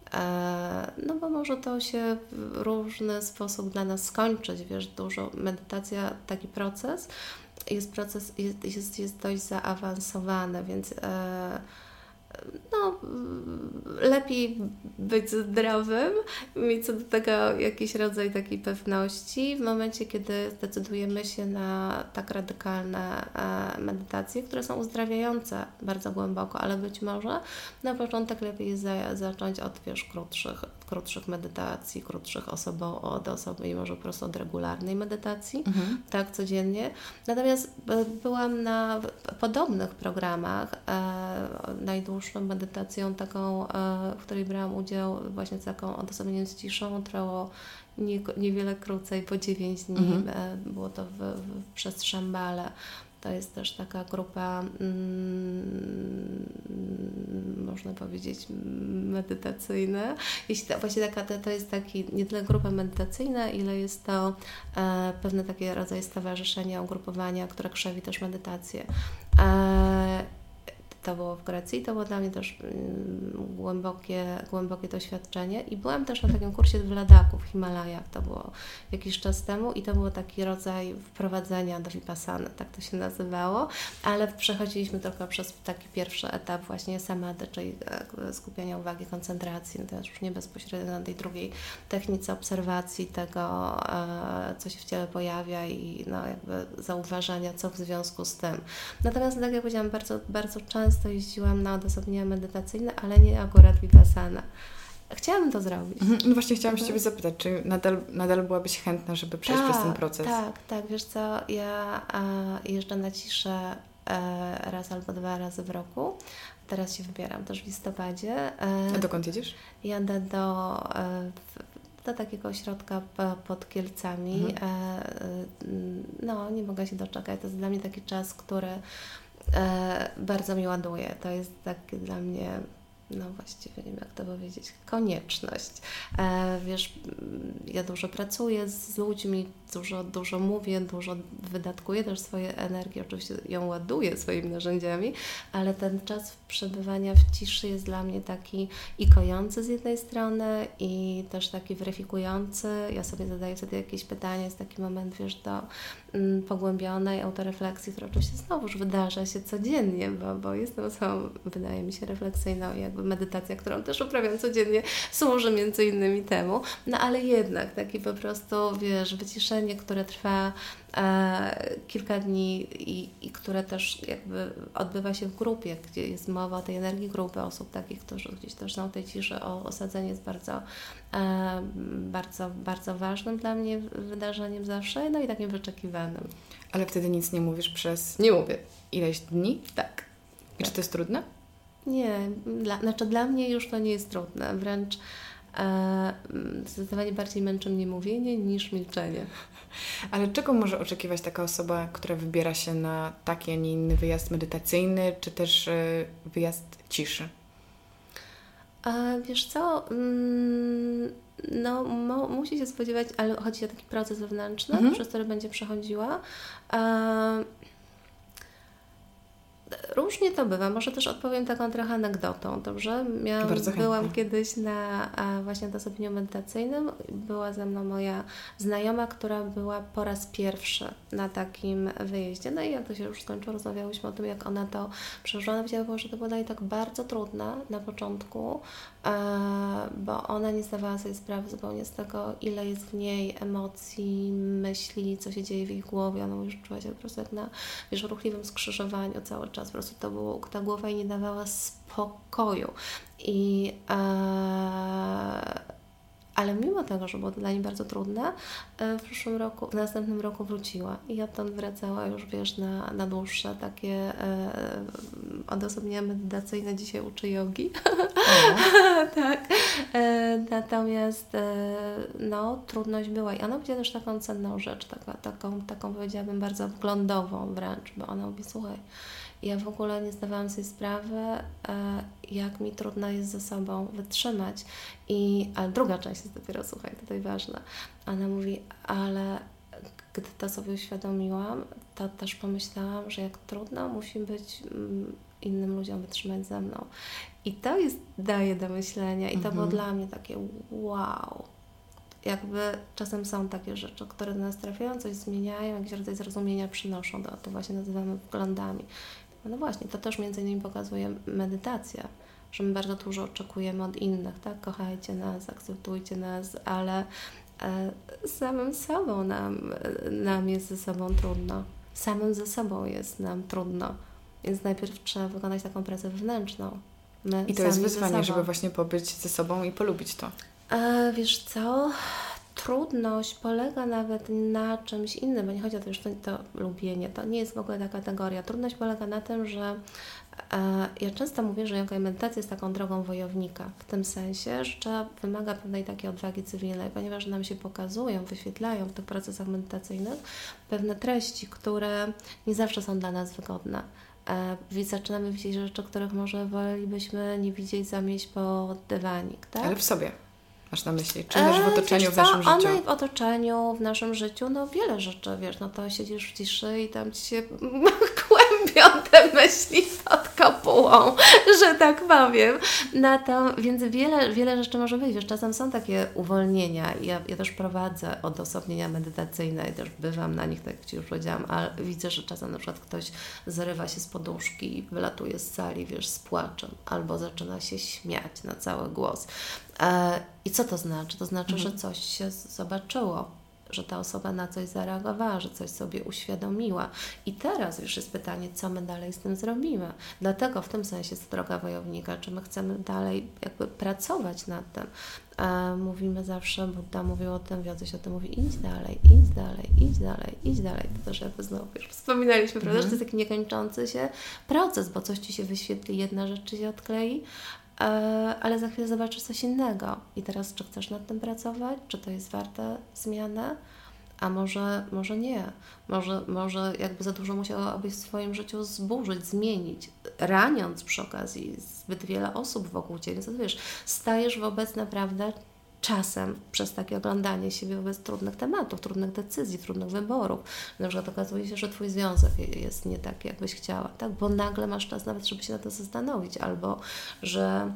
no bo może to się w różny sposób dla nas skończyć, wiesz, dużo, medytacja, taki proces, jest proces, jest, jest, jest dość zaawansowany, więc e, no, lepiej być zdrowym, mieć co do tego jakiś rodzaj takiej pewności w momencie, kiedy zdecydujemy się na tak radykalne e, medytacje, które są uzdrawiające bardzo głęboko, ale być może na początek lepiej jest za, zacząć od, wiesz, krótszych, krótszych medytacji, krótszych osobo, od osoby i może po prostu od regularnej medytacji, mhm. tak, codziennie. Natomiast byłam na podobnych programach, e, najdłuższą medytacją taką, w której brałam udział właśnie z taką odosobnieniem z ciszą, trwało nie, niewiele krócej, po dziewięć dni, mhm. było to w, w, przez Szambale. To jest też taka grupa, mm, można powiedzieć, medytacyjna. Jeśli to, właśnie taka, to, to jest taki, nie tyle grupa medytacyjna, ile jest to e, pewne takie rodzaj stowarzyszenia, ugrupowania, które krzewi też medytację. E, to było w Grecji, to było dla mnie też mm, głębokie, głębokie doświadczenie i byłam też na takim kursie w Ladaku w Himalajach, to było jakiś czas temu i to był taki rodzaj wprowadzenia do Vipassany, tak to się nazywało, ale przechodziliśmy tylko przez taki pierwszy etap właśnie samadhi, czyli skupienia uwagi, koncentracji, no to już nie bezpośrednio na tej drugiej technice obserwacji tego, co się w ciele pojawia i no jakby zauważania, co w związku z tym. Natomiast tak jak powiedziałam, bardzo, bardzo często jeździłam na odosobnienia medytacyjne, ale nie akurat Vipassana. Chciałabym to zrobić. Mhm. No właśnie chciałam mhm. się Ciebie zapytać, czy nadal, nadal byłabyś chętna, żeby przejść tak, przez ten proces? Tak, tak. Wiesz co, ja e, jeżdżę na ciszę e, raz albo dwa razy w roku. Teraz się wybieram też w listopadzie. E, A dokąd jedziesz? Jadę do, e, do takiego ośrodka pod Kielcami. Mhm. E, no, nie mogę się doczekać. To jest dla mnie taki czas, który e, bardzo mi ładuje. To jest taki dla mnie... no właściwie nie wiem jak to powiedzieć, konieczność. E, wiesz, ja dużo pracuję z ludźmi, dużo, dużo mówię, dużo wydatkuję też swoje energię, oczywiście ją ładuję swoimi narzędziami, ale ten czas przebywania w ciszy jest dla mnie taki i kojący z jednej strony i też taki weryfikujący. Ja sobie zadaję wtedy jakieś pytania, jest taki moment, wiesz, do mm, pogłębionej autorefleksji, która oczywiście znowuż wydarza się codziennie, bo, bo jestem osobą, wydaje mi się, refleksyjną i jakby medytacja, którą też uprawiam codziennie, służy między innymi temu, no ale jednak taki po prostu, wiesz, wyciszenie, które trwa e, kilka dni i, i które też jakby odbywa się w grupie, gdzie jest mowa o tej energii grupy osób takich, którzy gdzieś też są w tej ciszy, o osadzenie jest bardzo, e, bardzo, bardzo ważnym dla mnie wydarzeniem zawsze, no i takim wyczekiwanym. Ale wtedy nic nie mówisz przez Nie mówię. ileś dni? Tak. I czy to jest trudne? Nie, dla, znaczy dla mnie już to nie jest trudne, wręcz e, zdecydowanie bardziej męczy mnie mówienie niż milczenie. Ale czego może oczekiwać taka osoba, która wybiera się na taki, a nie inny wyjazd medytacyjny, czy też y, wyjazd ciszy? A wiesz co, mm, no mo, musi się spodziewać, ale chodzi o taki proces wewnętrzny, mhm. przez który będzie przechodziła. E, Różnie to bywa. Może też odpowiem taką trochę anegdotą, dobrze? Miałam, byłam kiedyś na a, właśnie odosobnieniu medytacyjnym. Była ze mną moja znajoma, która była po raz pierwszy na takim wyjeździe. No i jak to się już skończyło, rozmawiałyśmy o tym, jak ona to przeżyła. Ona powiedziała, że to było dla niej tak bardzo trudne na początku, e, bo ona nie zdawała sobie sprawy zupełnie z tego, ile jest w niej emocji, myśli, co się dzieje w ich głowie. Ona już czuła się po prostu jak na, wiesz, ruchliwym skrzyżowaniu cały czas. Po prostu to było, ta głowa jej nie dawała spokoju. I, e, ale mimo tego, że było to dla niej bardzo trudne, e, w przyszłym roku, w następnym roku wróciła i odtąd wracała już, wiesz, na, na dłuższe takie e, odosobnienia medytacyjne. Dzisiaj uczy jogi. Tak. E, natomiast e, no, trudność była i ona powiedziała też taką cenną rzecz, taka, taką, taką powiedziałabym bardzo wglądową wręcz, bo ona mówi, słuchaj, ja w ogóle nie zdawałam sobie sprawy, jak mi trudno jest ze sobą wytrzymać. I, ale druga część jest dopiero, słuchaj, tutaj ważna. Ona mówi, ale gdy to sobie uświadomiłam, to też pomyślałam, że jak trudno musi być innym ludziom wytrzymać ze mną. I to jest, daje do myślenia. I to mhm. było dla mnie takie wow. Jakby czasem są takie rzeczy, które do nas trafiają, coś zmieniają, jakiś rodzaj zrozumienia przynoszą. To, to właśnie nazywamy wglądami. No właśnie, to też między innymi pokazuje medytacja, że my bardzo dużo oczekujemy od innych, tak? Kochajcie nas, akceptujcie nas, ale e, samym sobą nam, nam jest ze sobą trudno. Samym ze sobą jest nam trudno. Więc najpierw trzeba wykonać taką pracę wewnętrzną. My I to jest wyzwanie, żeby właśnie pobyć ze sobą i polubić to. E, wiesz co? Trudność polega nawet na czymś innym, bo nie chodzi o to, już to, to lubienie, to nie jest w ogóle ta kategoria. Trudność polega na tym, że e, ja często mówię, że yoga i medytacja jest taką drogą wojownika, w tym sensie, że trzeba, wymaga pewnej takiej odwagi cywilnej, ponieważ nam się pokazują, wyświetlają w tych procesach medytacyjnych pewne treści, które nie zawsze są dla nas wygodne. E, zaczynamy widzieć rzeczy, których może wolelibyśmy nie widzieć, zamieść pod dywanik, tak? Ale w sobie. Masz na myśli? Czy też w otoczeniu, wiesz w naszym co? życiu? One w otoczeniu, w naszym życiu, no wiele rzeczy, wiesz, no to siedzisz w ciszy i tam ci się piąte myśli pod kopułą, że tak powiem. Na to, więc wiele, wiele rzeczy może być. Wiesz, czasem są takie uwolnienia. Ja, ja też prowadzę odosobnienia medytacyjne i też bywam na nich, tak jak Ci już powiedziałam, ale widzę, że czasem na przykład ktoś zarywa się z poduszki i wylatuje z sali, wiesz, z płaczem, albo zaczyna się śmiać na cały głos. E, I co to znaczy? To znaczy, mhm. że coś się zobaczyło, że ta osoba na coś zareagowała, że coś sobie uświadomiła. I teraz już jest pytanie, co my dalej z tym zrobimy. Dlatego w tym sensie jest droga wojownika, czy my chcemy dalej jakby pracować nad tym. E, mówimy zawsze, Buddha mówił o tym, Wiodyś o tym mówi, idź dalej, idź dalej, idź dalej, idź dalej. To też jakby znowu już wspominaliśmy, prawda, mm-hmm. że to jest taki niekończący się proces, bo coś Ci się wyświetli, jedna rzecz Ci się odklei, ale za chwilę zobaczysz coś innego. I teraz czy chcesz nad tym pracować? Czy to jest warte zmiany? A może, może nie. Może, może jakby za dużo musiałabyś w swoim życiu zburzyć, zmienić, raniąc przy okazji zbyt wiele osób wokół Ciebie. Więc wiesz, stajesz wobec naprawdę czasem przez takie oglądanie siebie wobec trudnych tematów, trudnych decyzji, trudnych wyborów. Na przykład okazuje się, że Twój związek jest nie tak, jakbyś chciała, tak? Bo nagle masz czas nawet, żeby się na to zastanowić, albo że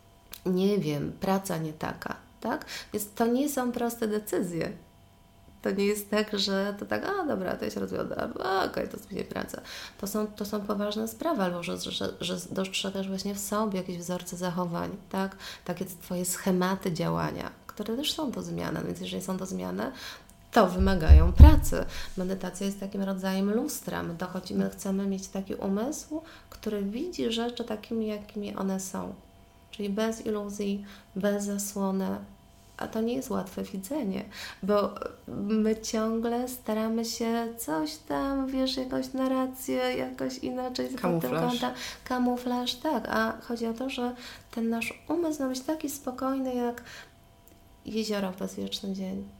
nie wiem, praca nie taka, tak? Więc to nie są proste decyzje. To nie jest tak, że to tak, a dobra, to ja się rozwiodę, albo okej, okay, to zmienię pracę. To są, to są poważne sprawy, albo że, że, że dostrzegasz właśnie w sobie jakieś wzorce zachowań, tak? Takie Twoje schematy działania, które też są do zmiany, więc jeżeli są do zmiany, to wymagają pracy. Medytacja jest takim rodzajem lustra. My dochodzimy, chcemy mieć taki umysł, który widzi rzeczy takimi, jakimi one są. Czyli bez iluzji, bez zasłony. A to nie jest łatwe widzenie, bo my ciągle staramy się coś tam, wiesz, jakąś narrację, jakoś inaczej. Kamuflaż. Kąta, kamuflaż, tak. A chodzi o to, że ten nasz umysł ma być taki spokojny, jak jezioro w bezwieczny dzień.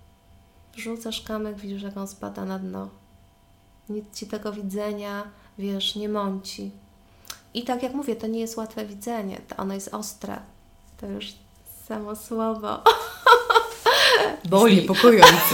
Rzucasz kamyk, widzisz, jak on spada na dno. Nic Ci tego widzenia, wiesz, nie mąci. I tak jak mówię, to nie jest łatwe widzenie, to ono jest ostre. To już samo słowo. Boli, niepokojące.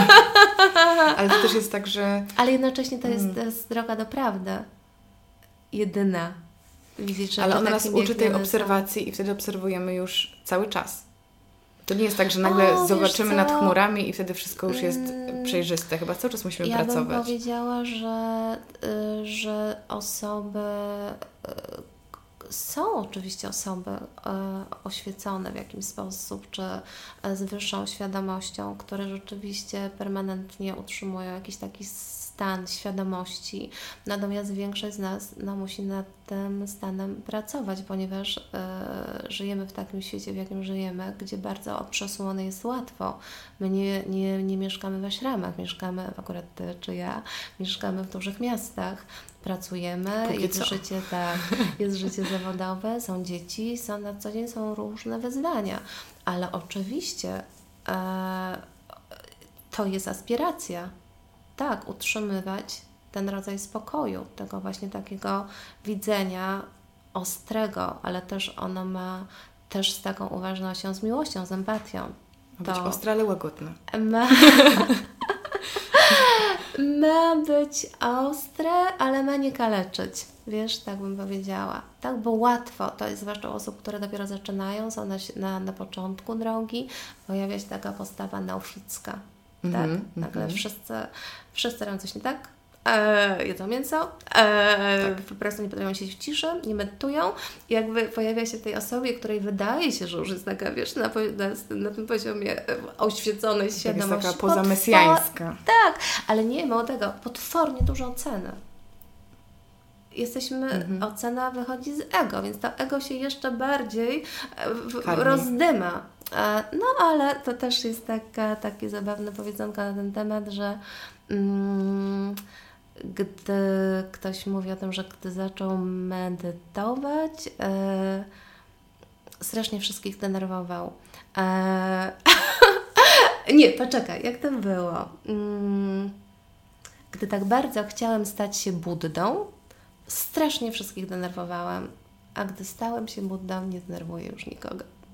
Ale to też jest tak, że... Ale jednocześnie to jest, mm. to jest droga do prawdy. Jedyna. Widzisz, ale ona nas uczy tej obserwacji są. I wtedy obserwujemy już cały czas. To nie jest tak, że nagle o, zobaczymy nad chmurami i wtedy wszystko już jest przejrzyste. Chyba cały czas musimy ja pracować. Ja bym powiedziała, że, y, że osoby... Y, Są oczywiście osoby e, oświecone w jakiś sposób, czy e, z wyższą świadomością, które rzeczywiście permanentnie utrzymują jakiś taki stan świadomości. Natomiast większość z nas no, musi nad tym stanem pracować, ponieważ e, żyjemy w takim świecie, w jakim żyjemy, gdzie bardzo od przesłony jest łatwo. My nie, nie, nie mieszkamy w aśramach, mieszkamy, akurat Ty czy ja, mieszkamy w dużych miastach. Pracujemy, Póki jest co. życie, tak, jest życie zawodowe, są dzieci, są na co dzień są różne wyzwania, ale oczywiście e, to jest aspiracja, tak, utrzymywać ten rodzaj spokoju, tego właśnie takiego widzenia ostrego, ale też ono ma też z taką uważnością, z miłością, z empatią. Ma być ostre, ale łagodne. Ma... Ma być ostre, ale ma nie kaleczyć. Wiesz, tak bym powiedziała. Tak, bo łatwo, to jest zwłaszcza u osób, które dopiero zaczynają, są na, na, na początku drogi, pojawia się taka postawa neoficka. Mm-hmm, tak? Nagle mm-hmm. wszyscy, wszyscy robią coś nie tak, e, jedzą mięso, e, tak. po prostu nie potrafią siedzieć w ciszy, nie medytują. I jakby pojawia się tej osobie, której wydaje się, że już jest taka, wiesz, na, na, na tym poziomie oświeconej świadomości. Jest taka pozamesjańska. Potwor- tak, ale nie, mało tego, potwornie dużo oceny. Jesteśmy, mhm. ocena wychodzi z ego, więc to ego się jeszcze bardziej w, rozdyma. No ale to też jest taka, takie zabawne powiedzonko na ten temat, że mm, gdy ktoś mówi o tym, że gdy zaczął medytować, e, strasznie wszystkich denerwował. E, nie, poczekaj, jak to było? Mm, gdy tak bardzo chciałem stać się Buddą, strasznie wszystkich denerwowałam, a gdy stałem się Buddą, nie denerwuję już nikogo.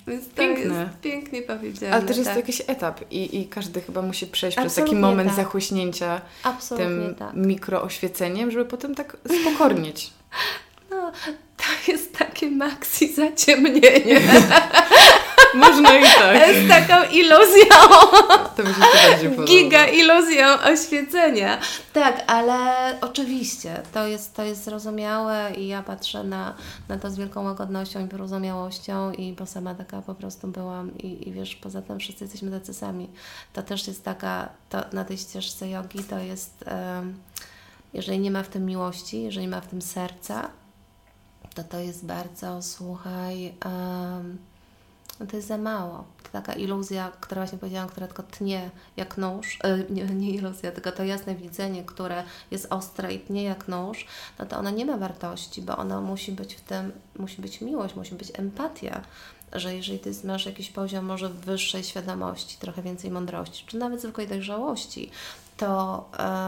Więc to Piękne. jest pięknie powiedziane. Ale też jest tak. to jakiś etap i, i każdy chyba musi przejść Absolutnie przez taki moment tak. zachłyśnięcia Absolutnie tym tak. mikrooświeceniem, żeby potem tak spokornieć. No, to jest takie maxi zaciemnienie. Można i tak. Z taką iluzją. To mi się to bardziej podoba. Giga iluzją oświecenia. Tak, ale oczywiście to jest, to jest zrozumiałe i ja patrzę na, na to z wielką łagodnością i wyrozumiałością i bo sama taka po prostu byłam i, i wiesz, poza tym wszyscy jesteśmy tacy sami. To też jest taka, to na tej ścieżce jogi to jest, um, jeżeli nie ma w tym miłości, jeżeli nie ma w tym serca, to to jest bardzo, słuchaj, um, no to jest za mało. To taka iluzja, która właśnie powiedziałam, która tylko tnie jak nóż, yy, nie, nie iluzja, tylko to jasne widzenie, które jest ostre i tnie jak nóż, no to ona nie ma wartości, bo ona musi być w tym, musi być miłość, musi być empatia, że jeżeli Ty masz jakiś poziom może wyższej świadomości, trochę więcej mądrości, czy nawet zwykłej dojrzałości, to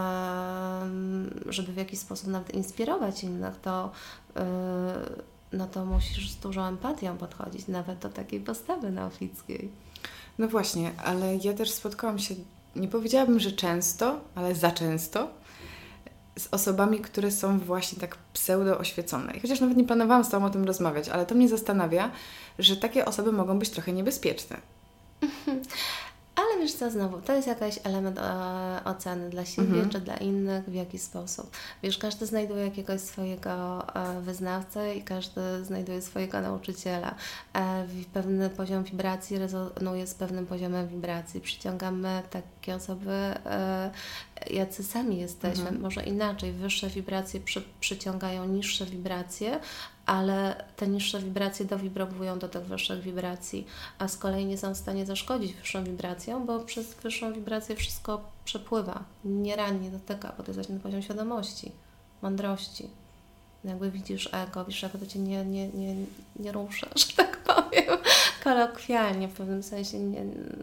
yy, żeby w jakiś sposób nawet inspirować innych, to yy, no to musisz z dużą empatią podchodzić, nawet do takiej postawy neofickiej. No właśnie, ale ja też spotkałam się, nie powiedziałabym, że często, ale za często, z osobami, które są właśnie tak pseudo oświecone. I chociaż nawet nie planowałam z Tobą o tym rozmawiać, ale to mnie zastanawia, że takie osoby mogą być trochę niebezpieczne. Ale wiesz co, znowu, to jest jakiś element e, oceny dla siebie, mhm. czy dla innych, w jaki sposób. Wiesz, każdy znajduje jakiegoś swojego e, wyznawcę i każdy znajduje swojego nauczyciela. E, pewny poziom wibracji rezonuje z pewnym poziomem wibracji. Przyciągamy takie osoby, e, jacy sami jesteśmy. Mhm. Może inaczej, wyższe wibracje przy, przyciągają niższe wibracje, ale te niższe wibracje dowibrowują do tych wyższych wibracji, a z kolei nie są w stanie zaszkodzić wyższą wibracją, bo przez wyższą wibrację wszystko przepływa, nie rani, nie dotyka, bo to jest właśnie ten poziom świadomości, mądrości. Jakby widzisz ego, widzisz ego, to Cię nie, nie, nie, nie rusza, że tak powiem, kolokwialnie w pewnym sensie nie,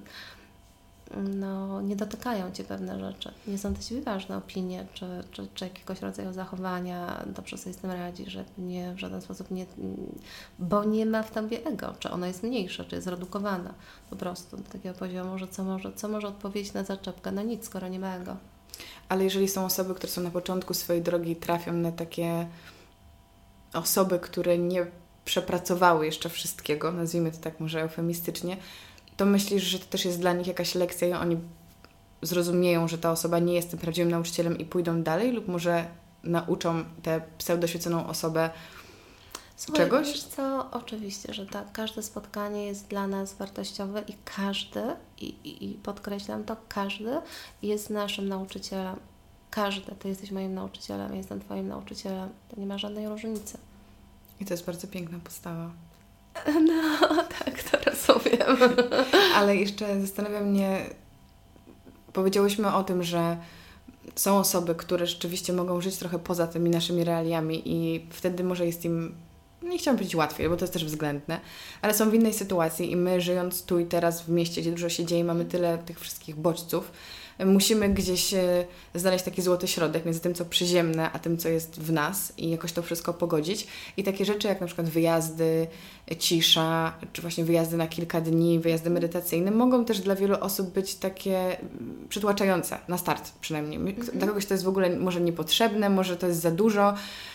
no, nie dotykają Cię pewne rzeczy. Nie są dla Ciebie ważne opinie, czy, czy, czy jakiegoś rodzaju zachowania, dobrze sobie z tym radzi, że nie w żaden sposób nie, bo nie ma w Tobie ego, czy ono jest mniejsze, czy jest zredukowane po prostu do takiego poziomu, że co może, co może odpowiedzieć na zaczepkę? No nic, skoro nie ma ego. Ale jeżeli są osoby, które są na początku swojej drogi i trafią na takie osoby, które nie przepracowały jeszcze wszystkiego, nazwijmy to tak może eufemistycznie, to myślisz, że to też jest dla nich jakaś lekcja i oni zrozumieją, że ta osoba nie jest tym prawdziwym nauczycielem i pójdą dalej? Lub może nauczą tę pseudoświeconą osobę Słuchaj, czegoś? Wiesz co? Oczywiście, że tak. Każde spotkanie jest dla nas wartościowe i każdy, i, i, i podkreślam to, każdy jest naszym nauczycielem. Każdy. Ty jesteś moim nauczycielem, ja jestem Twoim nauczycielem. To nie ma żadnej różnicy. I to jest bardzo piękna postawa. No, tak, to rozumiem. Ale jeszcze zastanawia mnie, powiedziałyśmy o tym, że są osoby, które rzeczywiście mogą żyć trochę poza tymi naszymi realiami i wtedy może jest im, nie chciałam powiedzieć łatwiej, bo to jest też względne, ale są w innej sytuacji i my, żyjąc tu i teraz w mieście, gdzie dużo się dzieje, mamy tyle tych wszystkich bodźców, musimy gdzieś znaleźć taki złoty środek między tym, co przyziemne, a tym, co jest w nas i jakoś to wszystko pogodzić. I takie rzeczy jak na przykład wyjazdy, cisza, czy właśnie wyjazdy na kilka dni, wyjazdy medytacyjne mogą też dla wielu osób być takie przytłaczające, na start przynajmniej. Mhm. Dla kogoś to jest w ogóle może niepotrzebne, może to jest za dużo,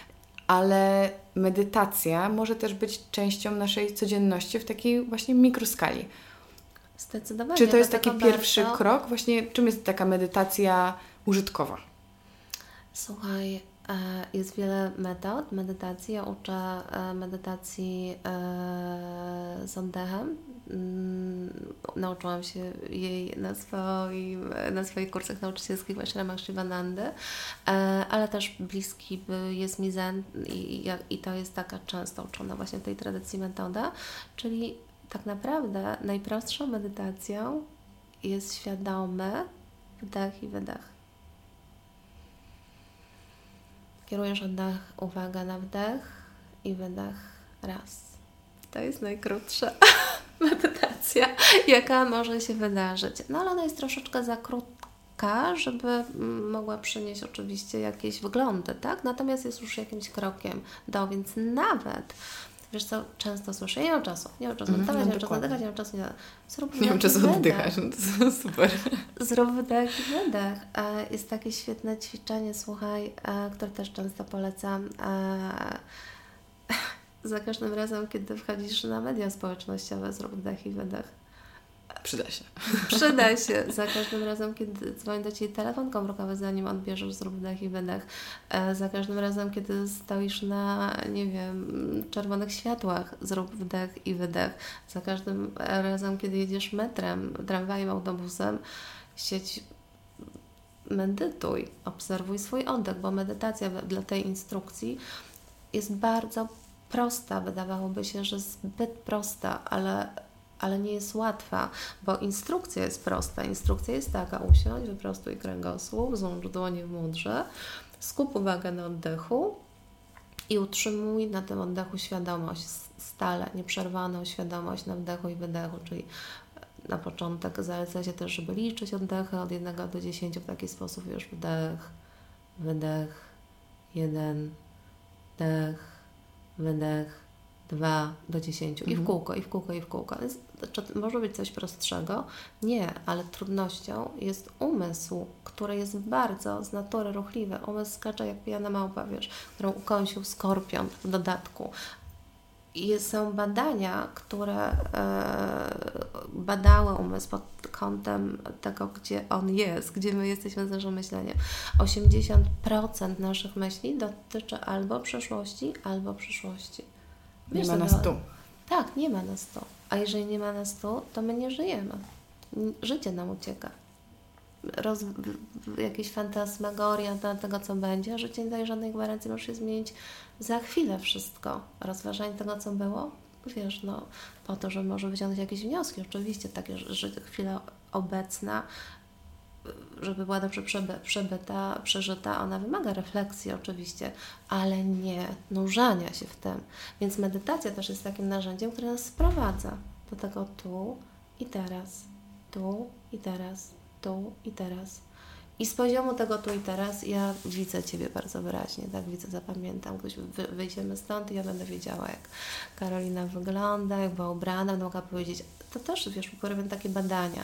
ale medytacja może też być częścią naszej codzienności w takiej właśnie mikroskali. Zdecydowanie. Czy to jest taki bardzo... pierwszy krok? Właśnie czym jest taka medytacja użytkowa? Słuchaj, jest wiele metod medytacji. Ja uczę medytacji z oddechem. Nauczyłam się jej na, swoim, na swoich kursach nauczycielskich w ashramach Shivanandy, ale też bliski jest mi zen i, i to jest taka często uczona właśnie w tej tradycji metoda, czyli tak naprawdę najprostszą medytacją jest świadomy wdech i wydech. Kierujesz oddech, uwaga na wdech i wydech raz. To jest najkrótsza medytacja, jaka może się wydarzyć. No ale ona jest troszeczkę za krótka, żeby mogła przynieść oczywiście jakieś wglądy, tak? Natomiast jest już jakimś krokiem do, więc nawet Wiesz co, często słyszę, nie mam czasu, nie mam czasu Mhm, oddychać, no nie mam czasu dokładnie. oddychać, nie mam czasu, nie Zrób Nie mam wdech czasu i wydech. oddychać, no to super. Zrób wdech i wydech. E, Jest takie świetne ćwiczenie, słuchaj, e, które też często polecam. E, Za każdym razem, kiedy wchodzisz na media społecznościowe, zrób wdech i wydech. Przyda się. Przyda się. Za każdym razem, kiedy dzwoni do Ciebie telefon komórkowy, zanim odbierzesz, zrób wdech i wydech. E, Za każdym razem, kiedy stoisz na, nie wiem, czerwonych światłach, zrób wdech i wydech. Za każdym razem, kiedy jedziesz metrem, tramwajem, autobusem, siedź, medytuj, obserwuj swój oddech, bo medytacja dla tej instrukcji jest bardzo prosta. Wydawałoby się, że zbyt prosta, ale ale nie jest łatwa, bo instrukcja jest prosta. Instrukcja jest taka: usiądź, wyprostuj kręgosłup, złącz dłonie w mudrze, skup uwagę na oddechu i utrzymuj na tym oddechu świadomość stale, nieprzerwaną świadomość na wdechu i wydechu, czyli na początek zaleca się też, żeby liczyć oddechy od jednego do dziesięciu w taki sposób, już wdech, wydech, jeden, wdech, wydech, dwa do dziesięciu i w kółko, i w kółko, i w kółko. Więc, czy może być coś prostszego? Nie, ale trudnością jest umysł, który jest bardzo z natury ruchliwy. Umysł skacze jak pijana małpa, wiesz, którą ukąsił skorpion w dodatku. I są badania, które e, badały umysł pod kątem tego, gdzie on jest, gdzie my jesteśmy z naszym myśleniem. osiemdziesiąt procent naszych myśli dotyczy albo przeszłości, albo przyszłości. Nie Wiesz, ma co nas to- tu. Tak, nie ma nas tu. A jeżeli nie ma nas tu, to my nie żyjemy. Życie nam ucieka. Roz, jakieś fantasmagoria na tego, co będzie. Życie nie daje żadnej gwarancji, może się zmienić za chwilę wszystko. Rozważanie tego, co było, wiesz, no, po to, żeby może wyciągnąć jakieś wnioski. Oczywiście takie, że, że chwila obecna, żeby była dobrze przeby, przebyta, przeżyta, ona wymaga refleksji oczywiście, ale nie nurzania się w tym. Więc medytacja też jest takim narzędziem, które nas sprowadza do tego tu i teraz, tu i teraz, tu i teraz. I z poziomu tego tu i teraz ja widzę Ciebie bardzo wyraźnie, tak widzę, zapamiętam, gdyś wy, wyjdziemy stąd i ja będę wiedziała, jak Karolina wygląda, jak była ubrana, będę mogła powiedzieć. To też, wiesz, robię takie badania.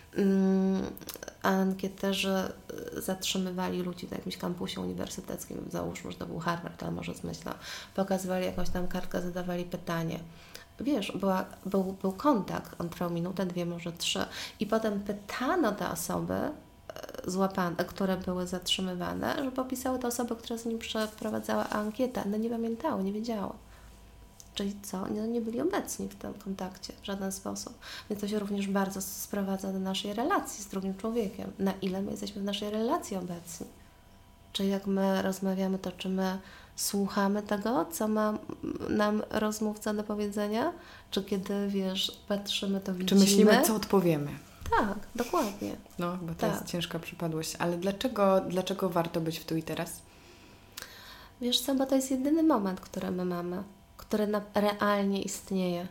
Ankieterzy zatrzymywali ludzi na jakimś kampusie uniwersyteckim, załóżmy, że to był Harvard, ale może zmyślam, pokazywali jakąś tam kartkę, zadawali pytanie. Wiesz, była, był, był kontakt, on trwał minutę, dwie, może trzy i potem pytano te osoby złapane, które były zatrzymywane, żeby opisały te osoby, które z nim przeprowadzały ankietę. No nie pamiętały, nie wiedziały. Czyli co? Nie, nie byli obecni w tym kontakcie w żaden sposób. Więc to się również bardzo sprowadza do naszej relacji z drugim człowiekiem. Na ile my jesteśmy w naszej relacji obecni. Czy jak my rozmawiamy, to czy my słuchamy tego, co ma nam rozmówca do powiedzenia? Czy kiedy, wiesz, patrzymy, to widzimy? Czy myślimy, co odpowiemy? Tak, dokładnie. No, bo to tak. jest ciężka przypadłość. Ale dlaczego, dlaczego warto być w tu i teraz? Wiesz co, bo to jest jedyny moment, który my mamy, który na, realnie istnieje.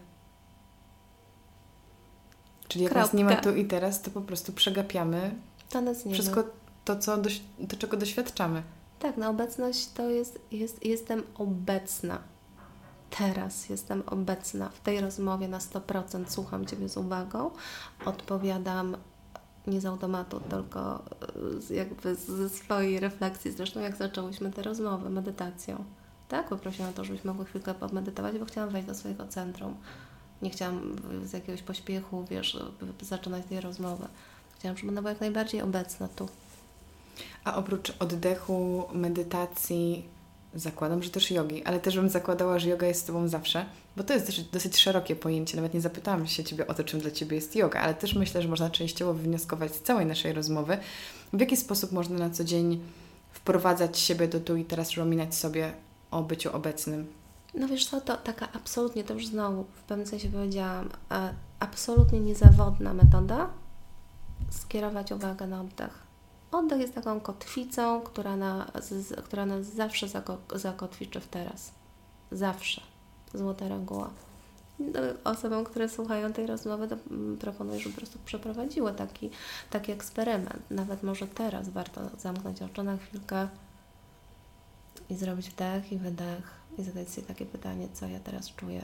Czyli jak nas nie ma tu i teraz, to po prostu przegapiamy to nas nie wszystko ma. to, co doś- to, czego doświadczamy. Tak, no obecność to jest, jest, jestem obecna. Teraz jestem obecna w tej rozmowie na sto procent. Słucham Ciebie z uwagą, odpowiadam nie z automatu, tylko z, jakby ze swojej refleksji. Zresztą jak zaczęłyśmy tę rozmowę medytacją, tak? Poprosiłam o to, żebyśmy mogły chwilkę pomedytować, bo chciałam wejść do swojego centrum. Nie chciałam z jakiegoś pośpiechu, wiesz, zaczynać tej rozmowy. Chciałam, żeby ona była jak najbardziej obecna tu. A oprócz oddechu, medytacji, zakładam, że też jogi, ale też bym zakładała, że joga jest z Tobą zawsze, bo to jest dosyć, dosyć szerokie pojęcie. Nawet nie zapytałam się Ciebie o to, czym dla Ciebie jest joga, ale też myślę, że można częściowo wywnioskować z całej naszej rozmowy, w jaki sposób można na co dzień wprowadzać siebie do tu i teraz, przypominać sobie o byciu obecnym. No wiesz co, to taka absolutnie, to już znowu w pewnym sensie powiedziałam, absolutnie niezawodna metoda skierować uwagę na oddech. Oddech jest taką kotwicą, która, na, z, która nas zawsze zako, zakotwiczy w teraz. Zawsze. Złota reguła. Osobom, które słuchają tej rozmowy, to proponuję, żeby po prostu przeprowadziły taki, taki eksperyment. Nawet może teraz warto zamknąć oczy na chwilkę i zrobić wdech i wydech. i zadać sobie takie pytanie, co ja teraz czuję.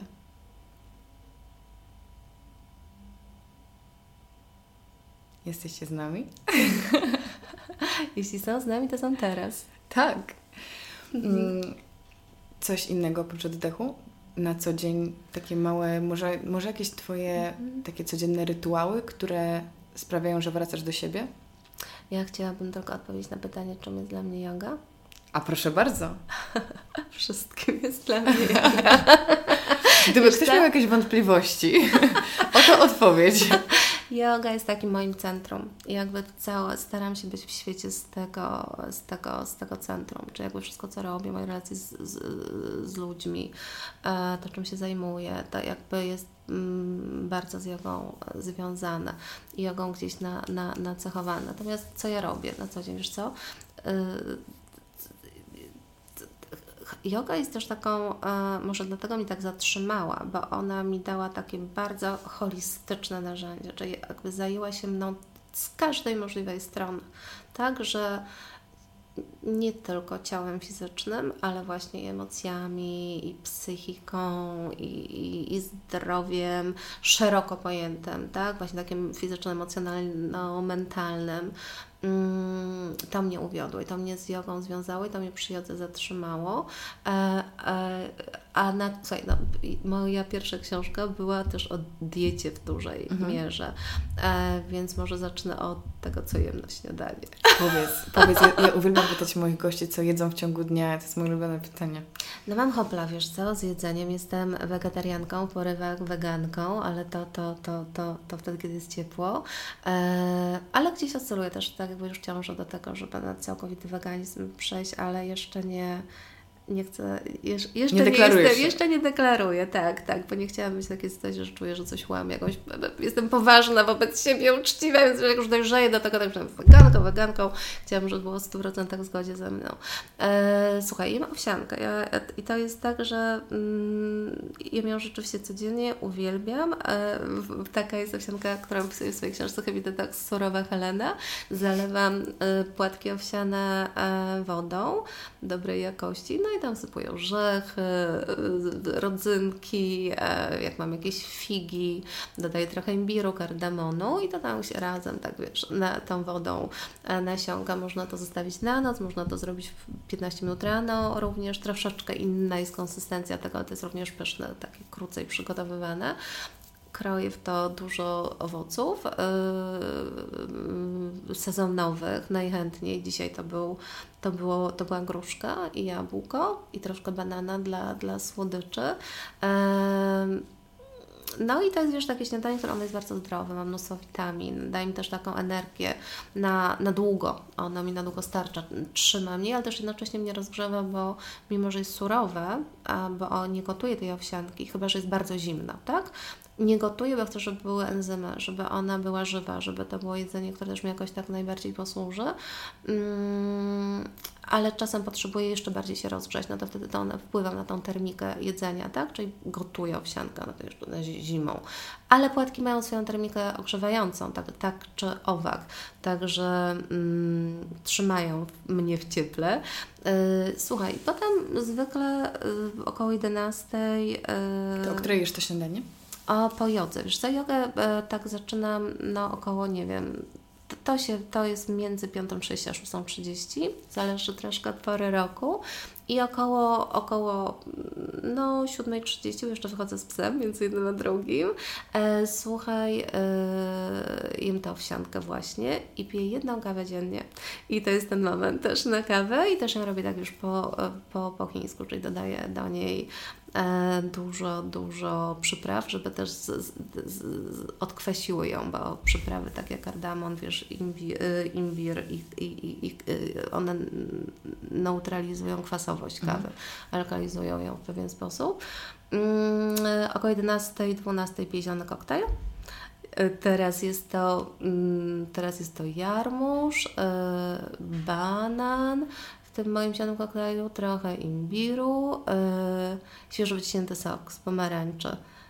Jesteście z nami? Jeśli są z nami, to są teraz. Tak. Mm, coś innego oprócz oddechu? Na co dzień takie małe, może, może jakieś Twoje mm. takie codzienne rytuały, które sprawiają, że wracasz do siebie? Ja chciałabym tylko odpowiedzieć na pytanie, czym jest dla mnie yoga. A proszę bardzo. Wszystkim jest dla mnie yoga. Gdyby Wiesz ktoś tak? miał jakieś wątpliwości, oto odpowiedź. Yoga jest takim moim centrum i jakby całe, staram się być w świecie z tego, z tego, z tego centrum, czy jakby wszystko, co robię, moje relacje z, z, z ludźmi, to czym się zajmuję, to jakby jest mm, bardzo z jogą związane i jogą gdzieś na, na, nacechowane. Natomiast co ja robię na co dzień, wiesz co? Yoga jest też taką, może dlatego mi tak zatrzymała, bo ona mi dała takie bardzo holistyczne narzędzie, czyli jakby zajęła się mną z każdej możliwej strony, tak, że nie tylko ciałem fizycznym, ale właśnie i emocjami, i psychiką, i, i, i zdrowiem szeroko pojętym, tak, właśnie takim fizyczno-emocjonalno-mentalnym. To mnie uwiodło i to mnie z jogą związało i to mnie przy jodze zatrzymało. E, e, a na, słuchaj, no, moja pierwsza książka była też o diecie w dużej mhm. mierze, e, więc może zacznę od tego, co jem na śniadanie. Powiedz, powiedz ja, ja uwielbiam pytać moich gości, co jedzą w ciągu dnia, to jest moje ulubione pytanie. No mam hopla, wiesz co, z jedzeniem jestem wegetarianką, w porywach weganką, ale to, to, to, to, to wtedy, kiedy jest ciepło, e, ale gdzieś oscyluję też tak jakby już ciążę do tego, żeby na całkowity weganizm przejść, ale jeszcze nie, nie chcę, jeszcze nie, nie, jestem, jeszcze nie deklaruję, tak, tak, bo nie chciałam być w takiej sytuacji, że czuję, że coś łamię, jakąś, jestem poważna wobec siebie, uczciwa, więc jak już dojrzeję do tego, tak że weganką, weganką, chciałam, żeby było w stu procentach w zgodzie ze mną. E, słuchaj, jem owsiankę ja, i to jest tak, że mm, jem ją rzeczywiście codziennie, uwielbiam. E, taka jest owsianka, którą opisuję w swojej książce Heavy Detox, surowa Helena. Zalewam e, płatki owsiane e, wodą dobrej jakości, no i tam sypuję orzechy, rodzynki, jak mam jakieś figi, dodaję trochę imbiru, kardamonu i to tam się razem, tak wiesz, na, tą wodą nasiąka. Można to zostawić na noc, można to zrobić w piętnaście minut rano, również troszeczkę inna jest konsystencja tego, ale to jest również pyszne, takie krócej przygotowywane. Kroję w to dużo owoców yy, sezonowych, najchętniej. Dzisiaj to, był, to, było, to była gruszka i jabłko i troszkę banana dla, dla słodyczy. Yy, No i to jest, wiesz, takie śniadanie, które ono jest bardzo zdrowe, ma mnóstwo witamin, daje mi też taką energię na, na długo, ono mi na długo starcza, trzyma mnie, ale też jednocześnie mnie rozgrzewa, bo mimo, że jest surowe, a, bo o, nie gotuję tej owsianki, chyba że jest bardzo zimna, tak? Nie gotuję, bo chcę, żeby były enzymy, żeby ona była żywa, żeby to było jedzenie, które też mi jakoś tak najbardziej posłuży. Mm, ale czasem potrzebuję jeszcze bardziej się rozgrzać, no to wtedy to one wpływa na tą termikę jedzenia, tak? Czyli gotuję owsiankę, no to jeszcze na zimą. Ale płatki mają swoją termikę ogrzewającą, tak, tak czy owak. Także mm, trzymają mnie w cieple. Yy, słuchaj, potem zwykle yy, około jedenastej... Yy, to o której jesz to śniadanie? O, po jodze. Wiesz co, jogę e, tak zaczynam no około, nie wiem, to, to, się, to jest między piątą trzydzieści a szóstą trzydzieści, zależy troszkę od pory roku i około, około no siódmej trzydzieści, bo jeszcze wychodzę z psem, między jednym a drugim. E, słuchaj, e, jem tę owsiankę właśnie i piję jedną kawę dziennie i to jest ten moment też na kawę i też ją robię tak już po, po, po chińsku, czyli dodaję do niej E, dużo, dużo przypraw, żeby też z, z, z, odkwasiły ją, bo przyprawy takie jak kardamon, wiesz, imbir, imbir i, i, i, i one neutralizują kwasowość kawy, mm. alkalizują ją w pewien sposób. Mm, około jedenastej, dwunastej piję zielony koktajl. Teraz jest to, teraz jest to jarmuż, banan, w tym moim zielonym koktajlu trochę imbiru, yy, świeżo wyciśnięty sok z pomarańczy,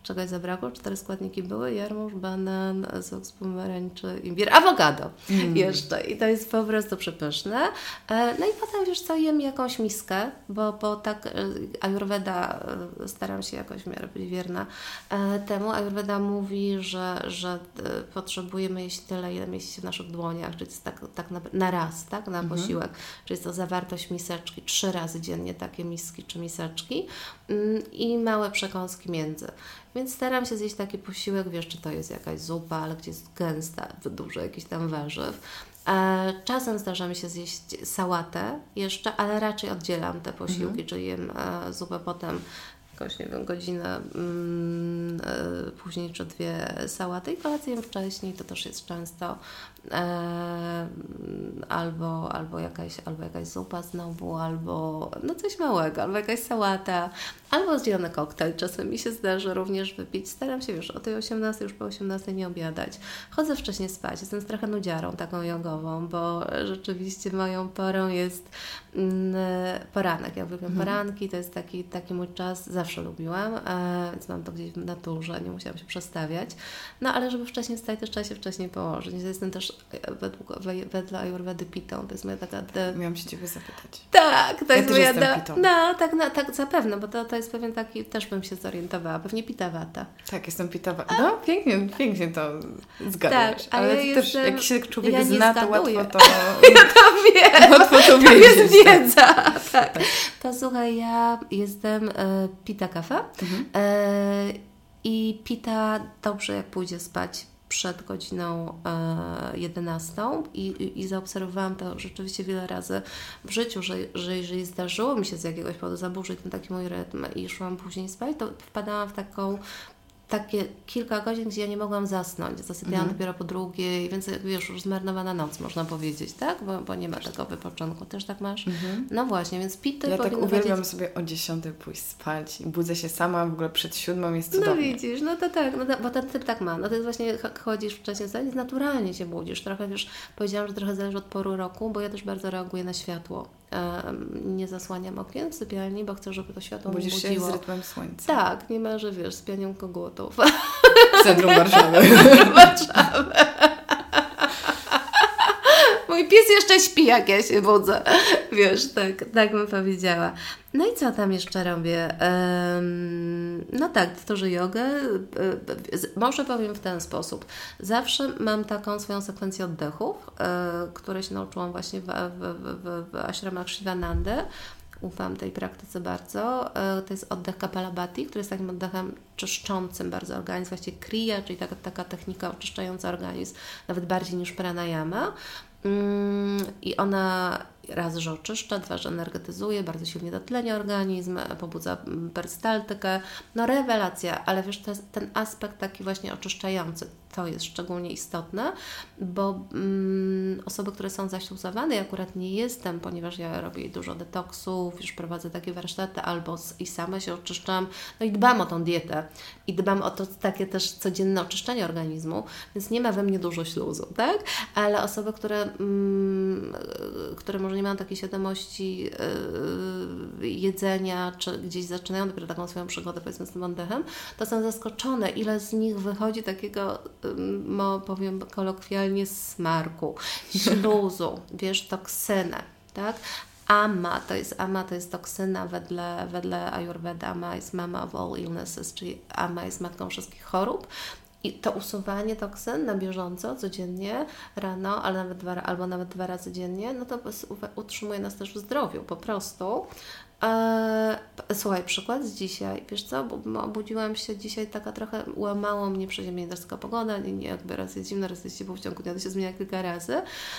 czegoś zabrakło. Cztery składniki były: jarmuż, banan, sok z pomarańczy, imbir, awokado mm. jeszcze. I to jest po prostu przepyszne. No i potem, wiesz co, jem jakąś miskę, bo, bo tak Ayurveda, staram się jakoś w miarę być wierna temu. Ayurveda mówi, że, że potrzebujemy jeść tyle, ile mieści się w naszych dłoniach, czyli jest tak, tak na, na raz, tak, na mhm. posiłek. Czyli jest to zawartość miseczki, trzy razy dziennie takie miski czy miseczki i małe przekąski między. Więc staram się zjeść taki posiłek, wiesz, czy to jest jakaś zupa, ale gdzie jest gęsta, dużo jakichś tam warzyw. Czasem zdarza mi się zjeść sałatę jeszcze, ale raczej oddzielam te posiłki, mhm. czyli jem zupę potem jakoś, nie wiem, godzinę mm, e, później czy dwie sałaty i kolację jem wcześniej, to też jest często e, albo, albo, jakaś, albo jakaś zupa znowu, albo no coś małego, albo jakaś sałata, albo zielony koktajl. Czasem mi się zdarzy również wypić. Staram się, wiesz, o tej osiemnastej, już po osiemnastej nie obiadać. Chodzę wcześniej spać, jestem trochę nudziarą taką jogową, bo rzeczywiście moją porą jest mm, poranek. Ja lubię mhm. poranki, to jest taki, taki mój czas, zawsze lubiłam, e, więc mam to gdzieś w naturze, nie musiałam się przestawiać. No ale żeby wcześniej wstać, też trzeba się wcześniej położyć. Jestem też według, wedle Ayurvedy pitą, to jest moja taka... De... Miałam się Ciebie zapytać. Tak, to ja jest moja... Da... pitą. No, tak, no, tak zapewne, bo to, to jest pewien taki, też bym się zorientowała, pewnie pitawata. Tak, jestem pitawata. No, pięknie, pięknie to zgadzasz. Tak, ale ja to jestem... też, jak się człowiek ja zna, to łatwo to... ja to wiem! Łatwo to wiedzieć. To jest wiedza, tak. tak. tak. To słuchaj, ja jestem e, pita kawa mhm. e, i pita dobrze jak pójdzie spać przed godziną e, jedenastą i, i, i zaobserwowałam to rzeczywiście wiele razy w życiu, że, że jeżeli zdarzyło mi się z jakiegoś powodu zaburzyć ten taki mój rytm i szłam później spać, to wpadałam w taką takie kilka godzin, gdzie ja nie mogłam zasnąć. Zasypiałam mhm. dopiero po drugiej, więc wiesz, już zmarnowana noc, można powiedzieć, tak? Bo, bo nie ma tego wypoczynku. Też tak masz? Mhm. No właśnie, więc pity Ja tak uwielbiam chodzić... sobie o dziesiątej pójść spać i budzę się sama, w ogóle przed siódmą jest No cudownie. widzisz, no to tak, no to, bo ten typ tak ma. No to jest właśnie, chodzisz wcześniej spać, naturalnie się budzisz. Trochę, wiesz, powiedziałam, że trochę zależy od pory roku, bo ja też bardzo reaguję na światło. Nie zasłaniam okien w sypialni, bo chcę, żeby to światło mnie budziło. Budzisz się z rytmem słońca. Tak, nie ma, że wiesz, z pianią kogutów. W centrum Warszawy. Warszawy. Mój pies jeszcze śpi, jak ja się budzę. Wiesz, tak, tak bym powiedziała. No i co tam jeszcze robię? Um, no tak, tworzę jogę. Może powiem w ten sposób. Zawsze mam taką swoją sekwencję oddechów, które się nauczyłam właśnie w, w, w, w ashramach Shivanandy. Ufam tej praktyce bardzo. To jest oddech Kapalabhati, który jest takim oddechem czyszczącym bardzo organizm, właściwie kriya, czyli taka, taka technika oczyszczająca organizm, nawet bardziej niż pranayama. I ona raz, że oczyszcza, dwa, że energetyzuje, bardzo silnie dotlenia organizm, pobudza perystaltykę. No rewelacja, ale wiesz, to jest ten aspekt taki właśnie oczyszczający. To jest szczególnie istotne, bo mm, osoby, które są zaśluzowane, ja akurat nie jestem, ponieważ ja robię dużo detoksów, już prowadzę takie warsztaty albo z, i sama się oczyszczam, no i dbam o tą dietę i dbam o to takie też codzienne oczyszczanie organizmu, więc nie ma we mnie dużo śluzu, tak? Ale osoby, które, mm, które może nie mają takiej świadomości yy, jedzenia, czy gdzieś zaczynają dopiero taką swoją przygodę, powiedzmy, z tym oddechem, to są zaskoczone, ile z nich wychodzi takiego, mo, powiem kolokwialnie, smarku, śluzu, wiesz, toksynę, tak? Ama, to jest ama, to jest toksyna wedle, wedle Ayurveda. Ama jest mama of all illnesses, czyli ama jest matką wszystkich chorób. I to usuwanie toksyn na bieżąco, codziennie, rano, ale nawet dwa, albo nawet dwa razy dziennie, no to utrzymuje nas też w zdrowiu, po prostu. Eee, słuchaj, przykład z dzisiaj, wiesz co, bo obudziłam się dzisiaj taka trochę, łamało mnie przeziębienie, też taka pogoda, nie, nie, jakby raz jest zimno, raz jest ciepło, w ciągu dnia to się zmienia kilka razy.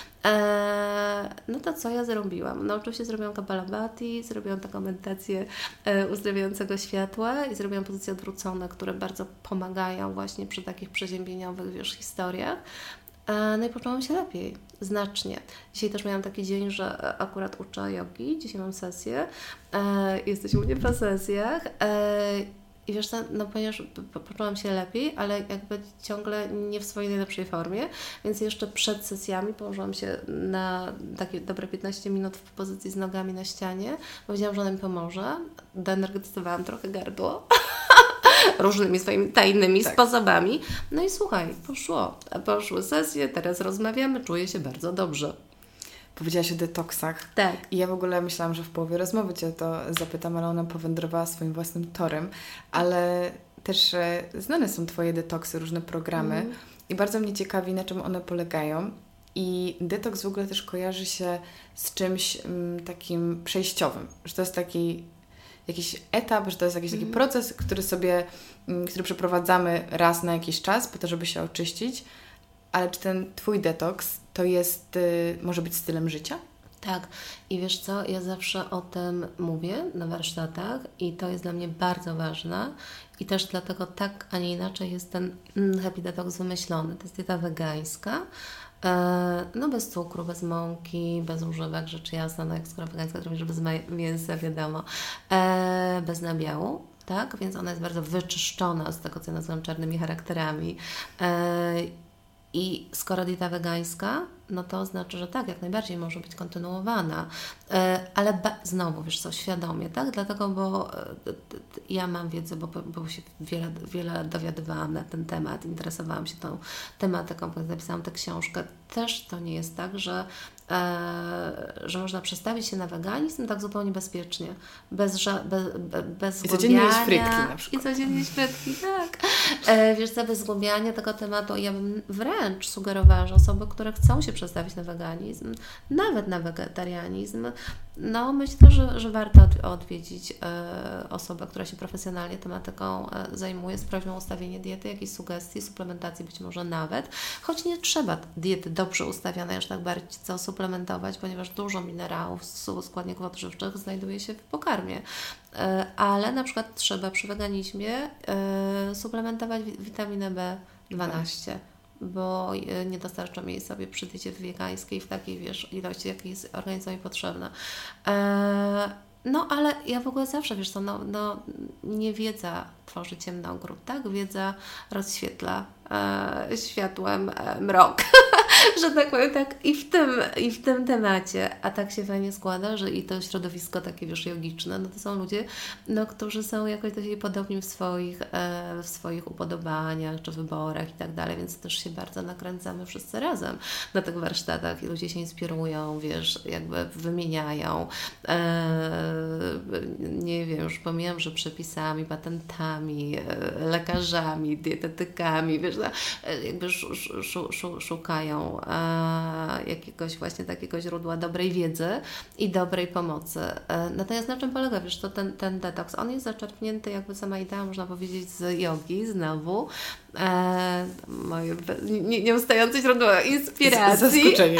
Eee, no to co ja zrobiłam? No oczywiście zrobiłam Kapalabhati, zrobiłam taką medytację e, uzdrawiającego światła i zrobiłam pozycje odwrócone, które bardzo pomagają właśnie przy takich przeziębieniowych, wiesz, historiach. No i poczułam się lepiej, znacznie. Dzisiaj też miałam taki dzień, że akurat uczę jogi, dzisiaj mam sesję, e, jesteśmy u mnie po sesjach e, i wiesz co, no ponieważ poczułam się lepiej, ale jakby ciągle nie w swojej najlepszej formie, więc jeszcze przed sesjami położyłam się na takie dobre piętnaście minut w pozycji z nogami na ścianie, bo wiedziałam, że ona mi pomoże, doenergetyzowałam trochę gardło. różnymi swoimi tajnymi tak. sposobami. No i słuchaj, poszło, poszły sesje, teraz rozmawiamy, czuję się bardzo dobrze. Powiedziałaś o detoksach. Tak. I ja w ogóle myślałam, że w połowie rozmowy Cię o to zapytam, ale ona powędrowała swoim własnym torem. Ale też e, znane są Twoje detoksy, różne programy mm. i bardzo mnie ciekawi, na czym one polegają. I detoks w ogóle też kojarzy się z czymś m, takim przejściowym, że to jest taki jakiś etap, że to jest jakiś mm. taki proces, który sobie, m, który przeprowadzamy raz na jakiś czas po to, żeby się oczyścić. Ale czy ten Twój detoks to jest, y, może być stylem życia? Tak. I wiesz co, ja zawsze o tym mówię na warsztatach i to jest dla mnie bardzo ważne i też dlatego tak, a nie inaczej jest ten Happy Detox wymyślony. To jest dieta wegańska, e, no bez cukru, bez mąki, bez używek, rzecz jasna, no jak skoro wegańska, to również bez mięsa, wiadomo, e, bez nabiału. Tak, więc ona jest bardzo wyczyszczona z tego, co ja nazywam czarnymi charakterami. E, I skoro dieta wegańska, no to znaczy, że tak, jak najbardziej może być kontynuowana, ale ba- znowu, wiesz co, świadomie, tak? Dlatego, bo ja mam wiedzę, bo, bo się wiele, wiele dowiadywałam na ten temat, interesowałam się tą tematyką, ponieważ napisałam tę książkę. Też to nie jest tak, że, e, że można przestawić się na weganizm tak zupełnie bezpiecznie, bez, ża- be, be, bez I codziennie jeść frytki na przykład. I codziennie jeść frytki, tak. E, wiesz co, bez zgłębiania tego tematu, ja bym wręcz sugerowała, że osoby, które chcą się przestawić na weganizm, nawet na wegetarianizm, no myślę, że, że warto odwiedzić e, osobę, która się profesjonalnie tematyką e, zajmuje, z prośbą o ustawienie diety, jakiejś sugestii, suplementacji być może nawet, choć nie trzeba diety dobrze ustawionej aż tak bardzo suplementować, ponieważ dużo minerałów, składników odżywczych znajduje się w pokarmie, e, ale na przykład trzeba przy weganizmie e, suplementować witaminę B dwanaście. Bo nie dostarczam jej sobie przy diecie wegańskiej w takiej, wiesz, ilości, jakiej jest organizmowi potrzebna. Eee, no, ale ja w ogóle zawsze, wiesz co, no, no niewiedza tworzy ciemnogród, tak? Wiedza rozświetla e, światłem e, mrok, że tak powiem, tak i w tym, i w tym temacie, a tak się fajnie składa, że i to środowisko takie, wiesz, jogiczne, no to są ludzie, no, którzy są jakoś do siebie podobni w swoich, e, w swoich upodobaniach, czy wyborach i tak dalej, więc też się bardzo nakręcamy wszyscy razem na tych warsztatach i ludzie się inspirują, wiesz, jakby wymieniają, e, nie wiem, już pomijam, że przepisami, patentami, e, lekarzami, dietetykami, wiesz, jakby sz, sz, sz, szukają e, jakiegoś właśnie takiego źródła dobrej wiedzy i dobrej pomocy. E, natomiast na czym polega, wiesz, to ten, ten detoks? On jest zaczerpnięty, jakby sama idea, można powiedzieć, z jogi, znowu. E, moje nie, nieustające źródło inspiracji. Zaskoczenie.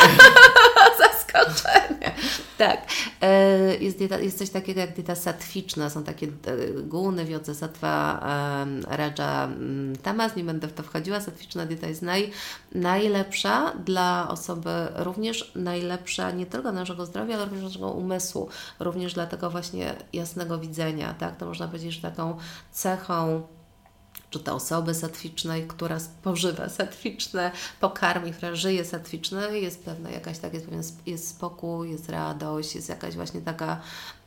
Zaskoczenie. Tak. E, jest, dieta, jest coś takiego jak dieta satwiczna. Są takie guny, wiodze, satwa, e, raja, tamas. Nie będę w to wchodziła. Satwiczna dieta jest naj, najlepsza dla osoby, również najlepsza nie tylko dla naszego zdrowia, ale również dla naszego umysłu. Również dla tego właśnie jasnego widzenia. Tak? To można powiedzieć, że taką cechą czy to osoby satwicznej, która spożywa satwiczne pokarmy, która żyje satwiczne, jest pewna jakaś tak, jest pewien jest spokój, jest radość, jest jakaś właśnie taka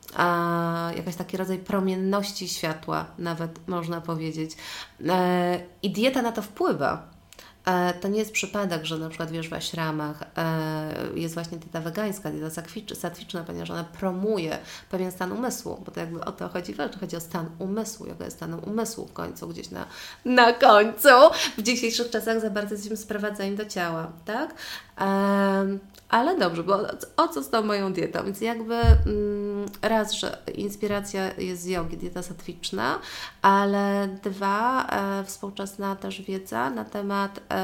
a, jakaś taki rodzaj promienności światła, nawet można powiedzieć. E, I dieta na to wpływa. To nie jest przypadek, że na przykład wiesz, w ashramach jest właśnie dieta wegańska, dieta satwiczna, ponieważ ona promuje pewien stan umysłu, bo to jakby o to chodzi, że chodzi o stan umysłu, joga jest stanem umysłu w końcu, gdzieś na, na końcu. W dzisiejszych czasach za bardzo jesteśmy sprowadzeni do ciała, tak? Um, ale dobrze, bo o co z tą moją dietą? Więc jakby mm, raz, że inspiracja jest z jogi, dieta satwiczna, ale dwa, e, współczesna też wiedza na temat e,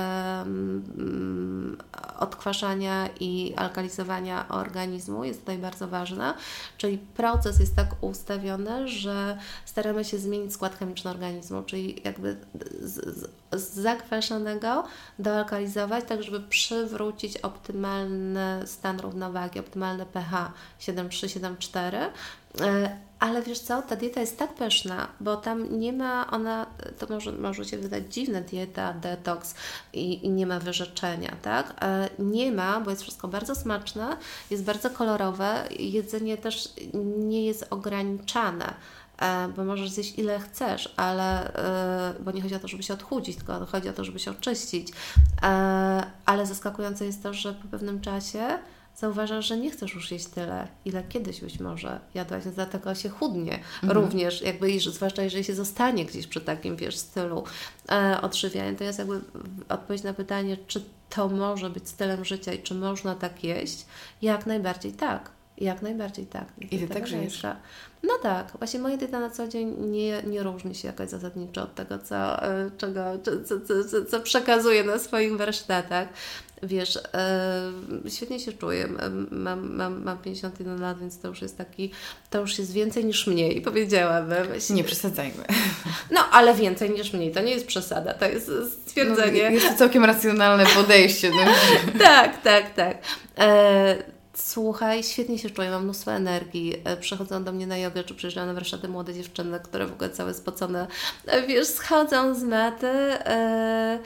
mm, odkwaszania i alkalizowania organizmu jest tutaj bardzo ważna, czyli proces jest tak ustawiony, że staramy się zmienić skład chemiczny organizmu, czyli jakby z, z, z zakwaszonego doalkalizować, tak żeby przywrócić optymalny stan równowagi, optymalny pH siedem trzy siedem cztery. Ale wiesz co, ta dieta jest tak pyszna, bo tam nie ma ona, to może, może się wydać dziwne, dieta, detoks i, i nie ma wyrzeczenia, tak? Nie ma, bo jest wszystko bardzo smaczne, jest bardzo kolorowe, jedzenie też nie jest ograniczane. bo możesz zjeść ile chcesz, ale, bo nie chodzi o to, żeby się odchudzić, tylko chodzi o to, żeby się oczyścić, ale zaskakujące jest to, że po pewnym czasie zauważasz, że nie chcesz już jeść tyle, ile kiedyś być może jadłaś, więc dlatego się chudnie mhm. również, jakby, zwłaszcza jeżeli się zostanie gdzieś przy takim, wiesz, stylu e, odżywiania. To jest jakby odpowiedź na pytanie, czy to może być stylem życia i czy można tak jeść? Jak najbardziej tak. Jak najbardziej tak. I Ty tak żyjesz? No tak. Właśnie moja dieta na co dzień nie, nie różni się jakoś zasadniczo od tego, co, czego, co, co, co, co przekazuję na swoich warsztatach. Wiesz, e, świetnie się czuję. Mam, mam, mam pięćdziesiąt jeden lat, więc to już jest taki, to już jest więcej niż mniej, powiedziałabym. Nie przesadzajmy. No, ale więcej niż mniej. To nie jest przesada, to jest stwierdzenie. No, jest to całkiem racjonalne podejście. No. tak, tak, tak. E, Słuchaj, świetnie się czuję, mam mnóstwo energii. Przychodzą do mnie na jogę, czy przyjeżdżają na warsztaty młode dziewczyny, które w ogóle całe spocone, wiesz, schodzą z maty, e, e,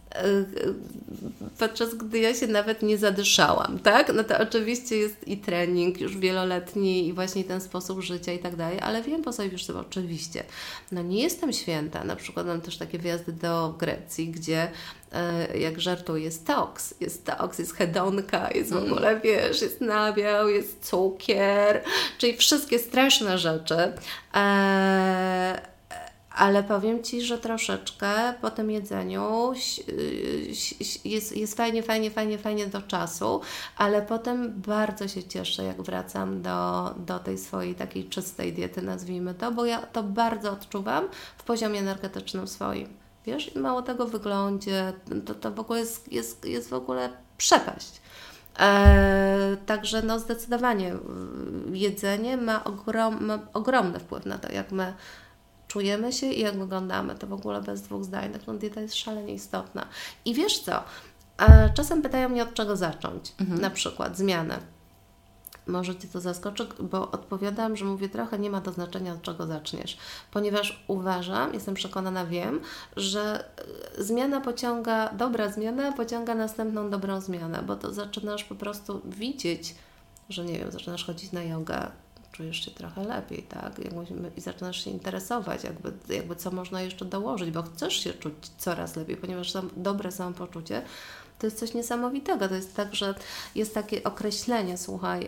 podczas gdy ja się nawet nie zadyszałam, tak? No to oczywiście jest i trening już wieloletni i właśnie ten sposób życia i tak dalej, ale wiem po sobie już sobie oczywiście. No nie jestem święta, na przykład mam też takie wyjazdy do Grecji, gdzie jak żartuję, jest toks, jest toks, jest hedonka, jest w ogóle, wiesz, jest nabiał, jest cukier, czyli wszystkie straszne rzeczy. Eee, ale powiem Ci, że troszeczkę po tym jedzeniu jest, jest fajnie, fajnie, fajnie, fajnie do czasu, ale potem bardzo się cieszę, jak wracam do, do tej swojej takiej czystej diety, nazwijmy to, bo ja to bardzo odczuwam w poziomie energetycznym swoim. Wiesz, i mało tego w wyglądzie, to, to w ogóle jest, jest, jest w ogóle przepaść. Eee, także no zdecydowanie jedzenie ma, ogrom, ma ogromny wpływ na to, jak my czujemy się i jak wyglądamy. To w ogóle bez dwóch zdań. Także dieta jest szalenie istotna. I wiesz co, eee, czasem pytają mnie, od czego zacząć. Mhm. Na przykład zmianę. Może Cię to zaskoczy, bo odpowiadam, że mówię, trochę nie ma to znaczenia, od czego zaczniesz. Ponieważ uważam, jestem przekonana, wiem, że zmiana pociąga, dobra zmiana pociąga następną dobrą zmianę, bo to zaczynasz po prostu widzieć, że nie wiem, zaczynasz chodzić na jogę, czujesz się trochę lepiej, tak? I zaczynasz się interesować, jakby, jakby co można jeszcze dołożyć, bo chcesz się czuć coraz lepiej, ponieważ sam, dobre samopoczucie to jest coś niesamowitego. To jest tak, że jest takie określenie, słuchaj,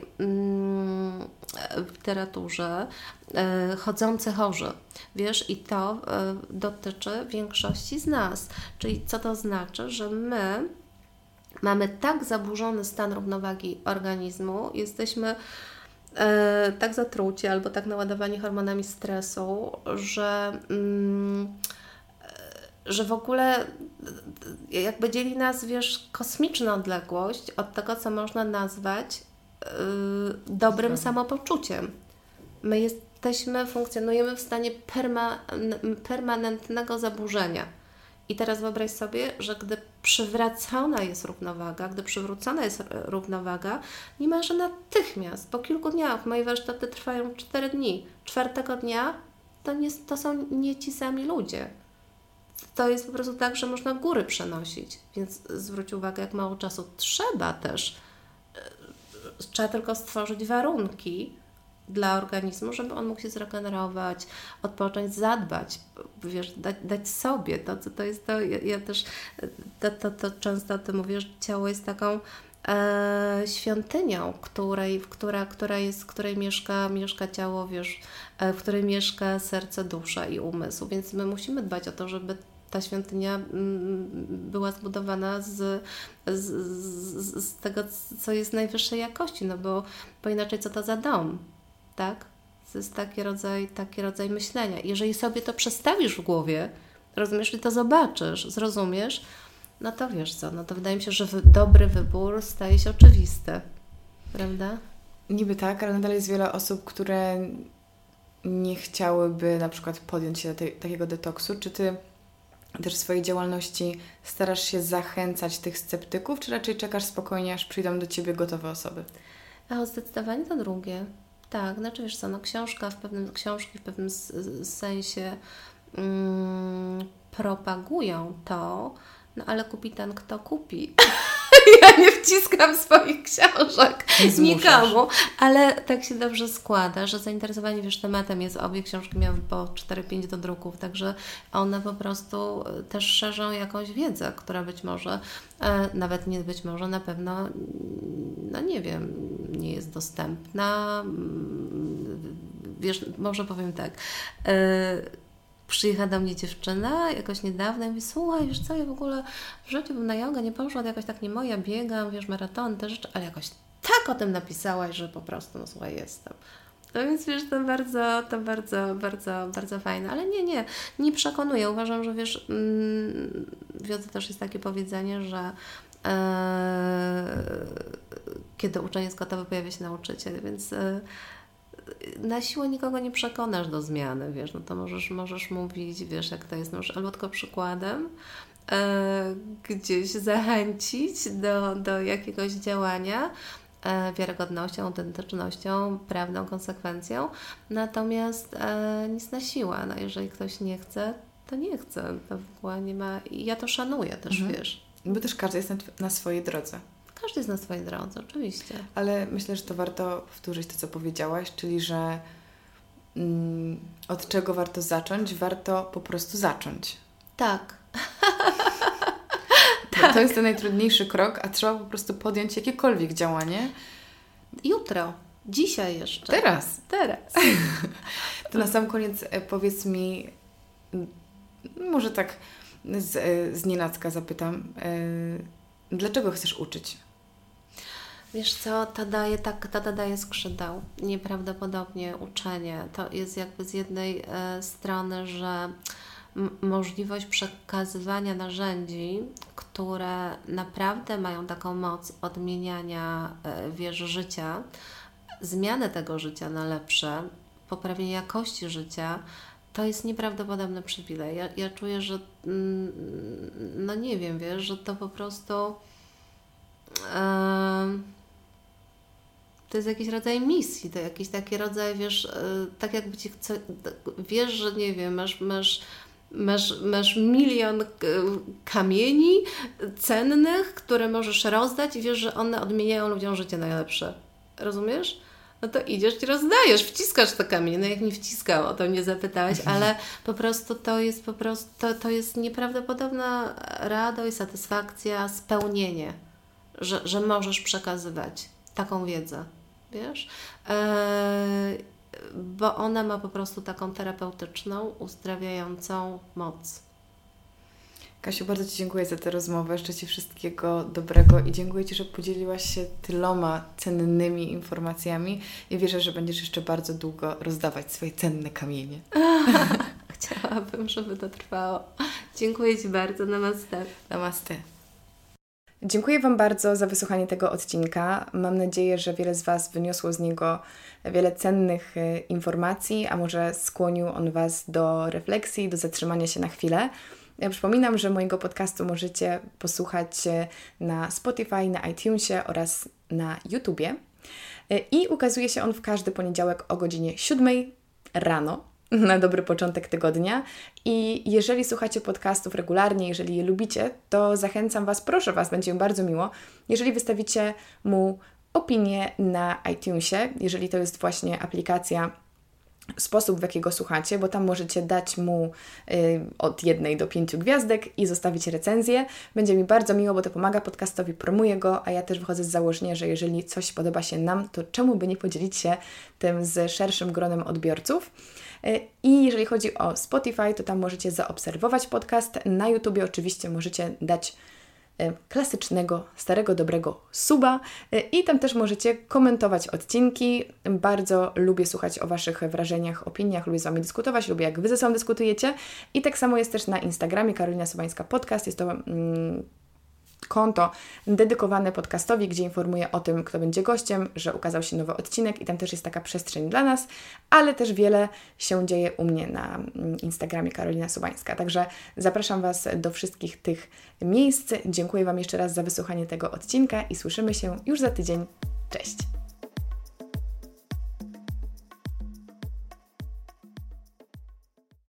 w literaturze chodzący chorzy. Wiesz, i to dotyczy większości z nas. Czyli co to znaczy, że my mamy tak zaburzony stan równowagi organizmu, jesteśmy tak zatruci albo tak naładowani hormonami stresu, że że w ogóle jakby dzieli nas, wiesz, kosmiczna odległość od tego, co można nazwać yy, dobrym samopoczuciem. My jesteśmy, funkcjonujemy w stanie perma, permanentnego zaburzenia. I teraz wyobraź sobie, że gdy przywracana jest równowaga, gdy przywrócona jest równowaga, niemalże natychmiast, po kilku dniach, moje warsztaty trwają cztery dni, czwartego dnia to, nie, to są nie ci sami ludzie. To jest po prostu tak, że można góry przenosić, więc zwróć uwagę, jak mało czasu trzeba też, trzeba tylko stworzyć warunki dla organizmu, żeby on mógł się zregenerować, odpocząć, zadbać, wiesz, dać, dać sobie. To, to jest to, ja, ja też to, to, to często o tym mówię, że ciało jest taką e, świątynią, której, w która, która jest, w której mieszka, mieszka ciało, wiesz, e, w której mieszka serce, dusza i umysł, więc my musimy dbać o to, żeby ta świątynia była zbudowana z, z, z, z tego, co jest najwyższej jakości, no bo, bo inaczej co to za dom, tak? To jest taki rodzaj, taki rodzaj myślenia. Jeżeli sobie to przestawisz w głowie, rozumiesz, i to zobaczysz, zrozumiesz, no to wiesz co, no to wydaje mi się, że dobry wybór staje się oczywisty, prawda? Niby tak, ale nadal jest wiele osób, które nie chciałyby na przykład podjąć się tej, takiego detoksu. Czy Ty też w swojej działalności starasz się zachęcać tych sceptyków, czy raczej czekasz spokojnie, aż przyjdą do Ciebie gotowe osoby? A zdecydowanie to drugie. Tak, znaczy wiesz co, no książka w pewnym, książki w pewnym sensie mm, propagują to, no ale kupi ten, kto kupi. Ja nie wciskam swoich książek nikomu, ale tak się dobrze składa, że zainteresowanie, wiesz, tematem jest, obie książki miały po cztery pięć dodruków, także one po prostu też szerzą jakąś wiedzę, która być może, e, nawet nie być może, na pewno, no nie wiem, nie jest dostępna. Wiesz, może powiem tak, e, przyjechała do mnie dziewczyna jakoś niedawno i mówi, słuchaj, wiesz co, ja w ogóle w życiu bym na jogę nie poszła, to jakoś tak nie moja, biegam, wiesz, maraton, te rzeczy, ale jakoś tak o tym napisałaś, że po prostu, no słuchaj, jestem. No więc wiesz, to bardzo, to bardzo, bardzo, bardzo fajne, ale nie, nie, nie przekonuję. Uważam, że wiesz, mm, w jodze też jest takie powiedzenie, że e, kiedy uczeń jest gotowy, pojawia się nauczyciel, więc e, na siłę nikogo nie przekonasz do zmiany, wiesz, no to możesz, możesz mówić, wiesz, jak to jest, no, albo tylko przykładem, e, gdzieś zachęcić do, do jakiegoś działania, e, wiarygodnością, autentycznością, prawdą, konsekwencją, natomiast e, nic na siłę, no jeżeli ktoś nie chce, to nie chce, to w ogóle nie ma, i ja to szanuję też, mhm. wiesz. Bo też każdy jest na, na swojej drodze. Każdy jest na swojej drodze, oczywiście. Ale myślę, że to warto powtórzyć to, co powiedziałaś, czyli że mm, od czego warto zacząć? Warto po prostu zacząć. Tak. tak. To jest ten najtrudniejszy krok, a trzeba po prostu podjąć jakiekolwiek działanie. Jutro. Dzisiaj jeszcze. Teraz. Teraz. To na sam koniec powiedz mi, może tak z, z nienacka zapytam, dlaczego chcesz uczyć? Wiesz co, to daje, tak, to daje skrzydeł. Nieprawdopodobnie uczenie. To jest jakby z jednej e, strony, że m- możliwość przekazywania narzędzi, które naprawdę mają taką moc odmieniania, e, wiesz, życia, zmiany tego życia na lepsze, poprawienie jakości życia, to jest nieprawdopodobny przywilej. Ja, ja czuję, że mm, no nie wiem, wiesz, że to po prostu yy, to jest jakiś rodzaj misji, to jakiś taki rodzaj, wiesz, yy, tak jakby Ci chce, wiesz, że nie wiem, masz, masz Masz, masz milion kamieni cennych, które możesz rozdać i wiesz, że one odmieniają ludziom życie najlepsze. Rozumiesz? No to idziesz i rozdajesz, wciskasz te kamienie. No jak nie wciskał, o to mnie zapytałeś, ale po prostu to jest po prostu, to, to jest nieprawdopodobna radość, satysfakcja, spełnienie, że, że możesz przekazywać taką wiedzę, wiesz? Eee, bo ona ma po prostu taką terapeutyczną, uzdrawiającą moc. Kasiu, bardzo Ci dziękuję za tę rozmowę. Życzę Ci wszystkiego dobrego i dziękuję Ci, że podzieliłaś się tyloma cennymi informacjami i wierzę, że będziesz jeszcze bardzo długo rozdawać swoje cenne kamienie. Chciałabym, żeby to trwało. Dziękuję Ci bardzo. Namaste. Namaste. Dziękuję Wam bardzo za wysłuchanie tego odcinka. Mam nadzieję, że wiele z Was wyniosło z niego wiele cennych informacji, a może skłonił on Was do refleksji, do zatrzymania się na chwilę. Ja przypominam, że mojego podcastu możecie posłuchać na Spotify, na iTunesie oraz na YouTubie. I ukazuje się on w każdy poniedziałek o godzinie siódmej rano, na dobry początek tygodnia. I jeżeli słuchacie podcastów regularnie, jeżeli je lubicie, to zachęcam Was, proszę Was, będzie mi bardzo miło, jeżeli wystawicie mu opinię na iTunesie, jeżeli to jest właśnie aplikacja, sposób, w jakiego słuchacie, bo tam możecie dać mu y, od jednej do pięciu gwiazdek i zostawić recenzję. Będzie mi bardzo miło, bo to pomaga podcastowi, promuje go, a ja też wychodzę z założenia, że jeżeli coś podoba się nam, to czemu by nie podzielić się tym z szerszym gronem odbiorców. Y, I jeżeli chodzi o Spotify, to tam możecie zaobserwować podcast. Na YouTubie oczywiście możecie dać klasycznego, starego, dobrego suba i tam też możecie komentować odcinki. Bardzo lubię słuchać o Waszych wrażeniach, opiniach, lubię z Wami dyskutować, lubię jak Wy ze sobą dyskutujecie i tak samo jest też na Instagramie Karolina Sobańska Podcast. Jest to mm, konto dedykowane podcastowi, gdzie informuję o tym, kto będzie gościem, że ukazał się nowy odcinek i tam też jest taka przestrzeń dla nas, ale też wiele się dzieje u mnie na Instagramie Karolina Sobańska. Także zapraszam Was do wszystkich tych miejsc. Dziękuję Wam jeszcze raz za wysłuchanie tego odcinka i słyszymy się już za tydzień. Cześć!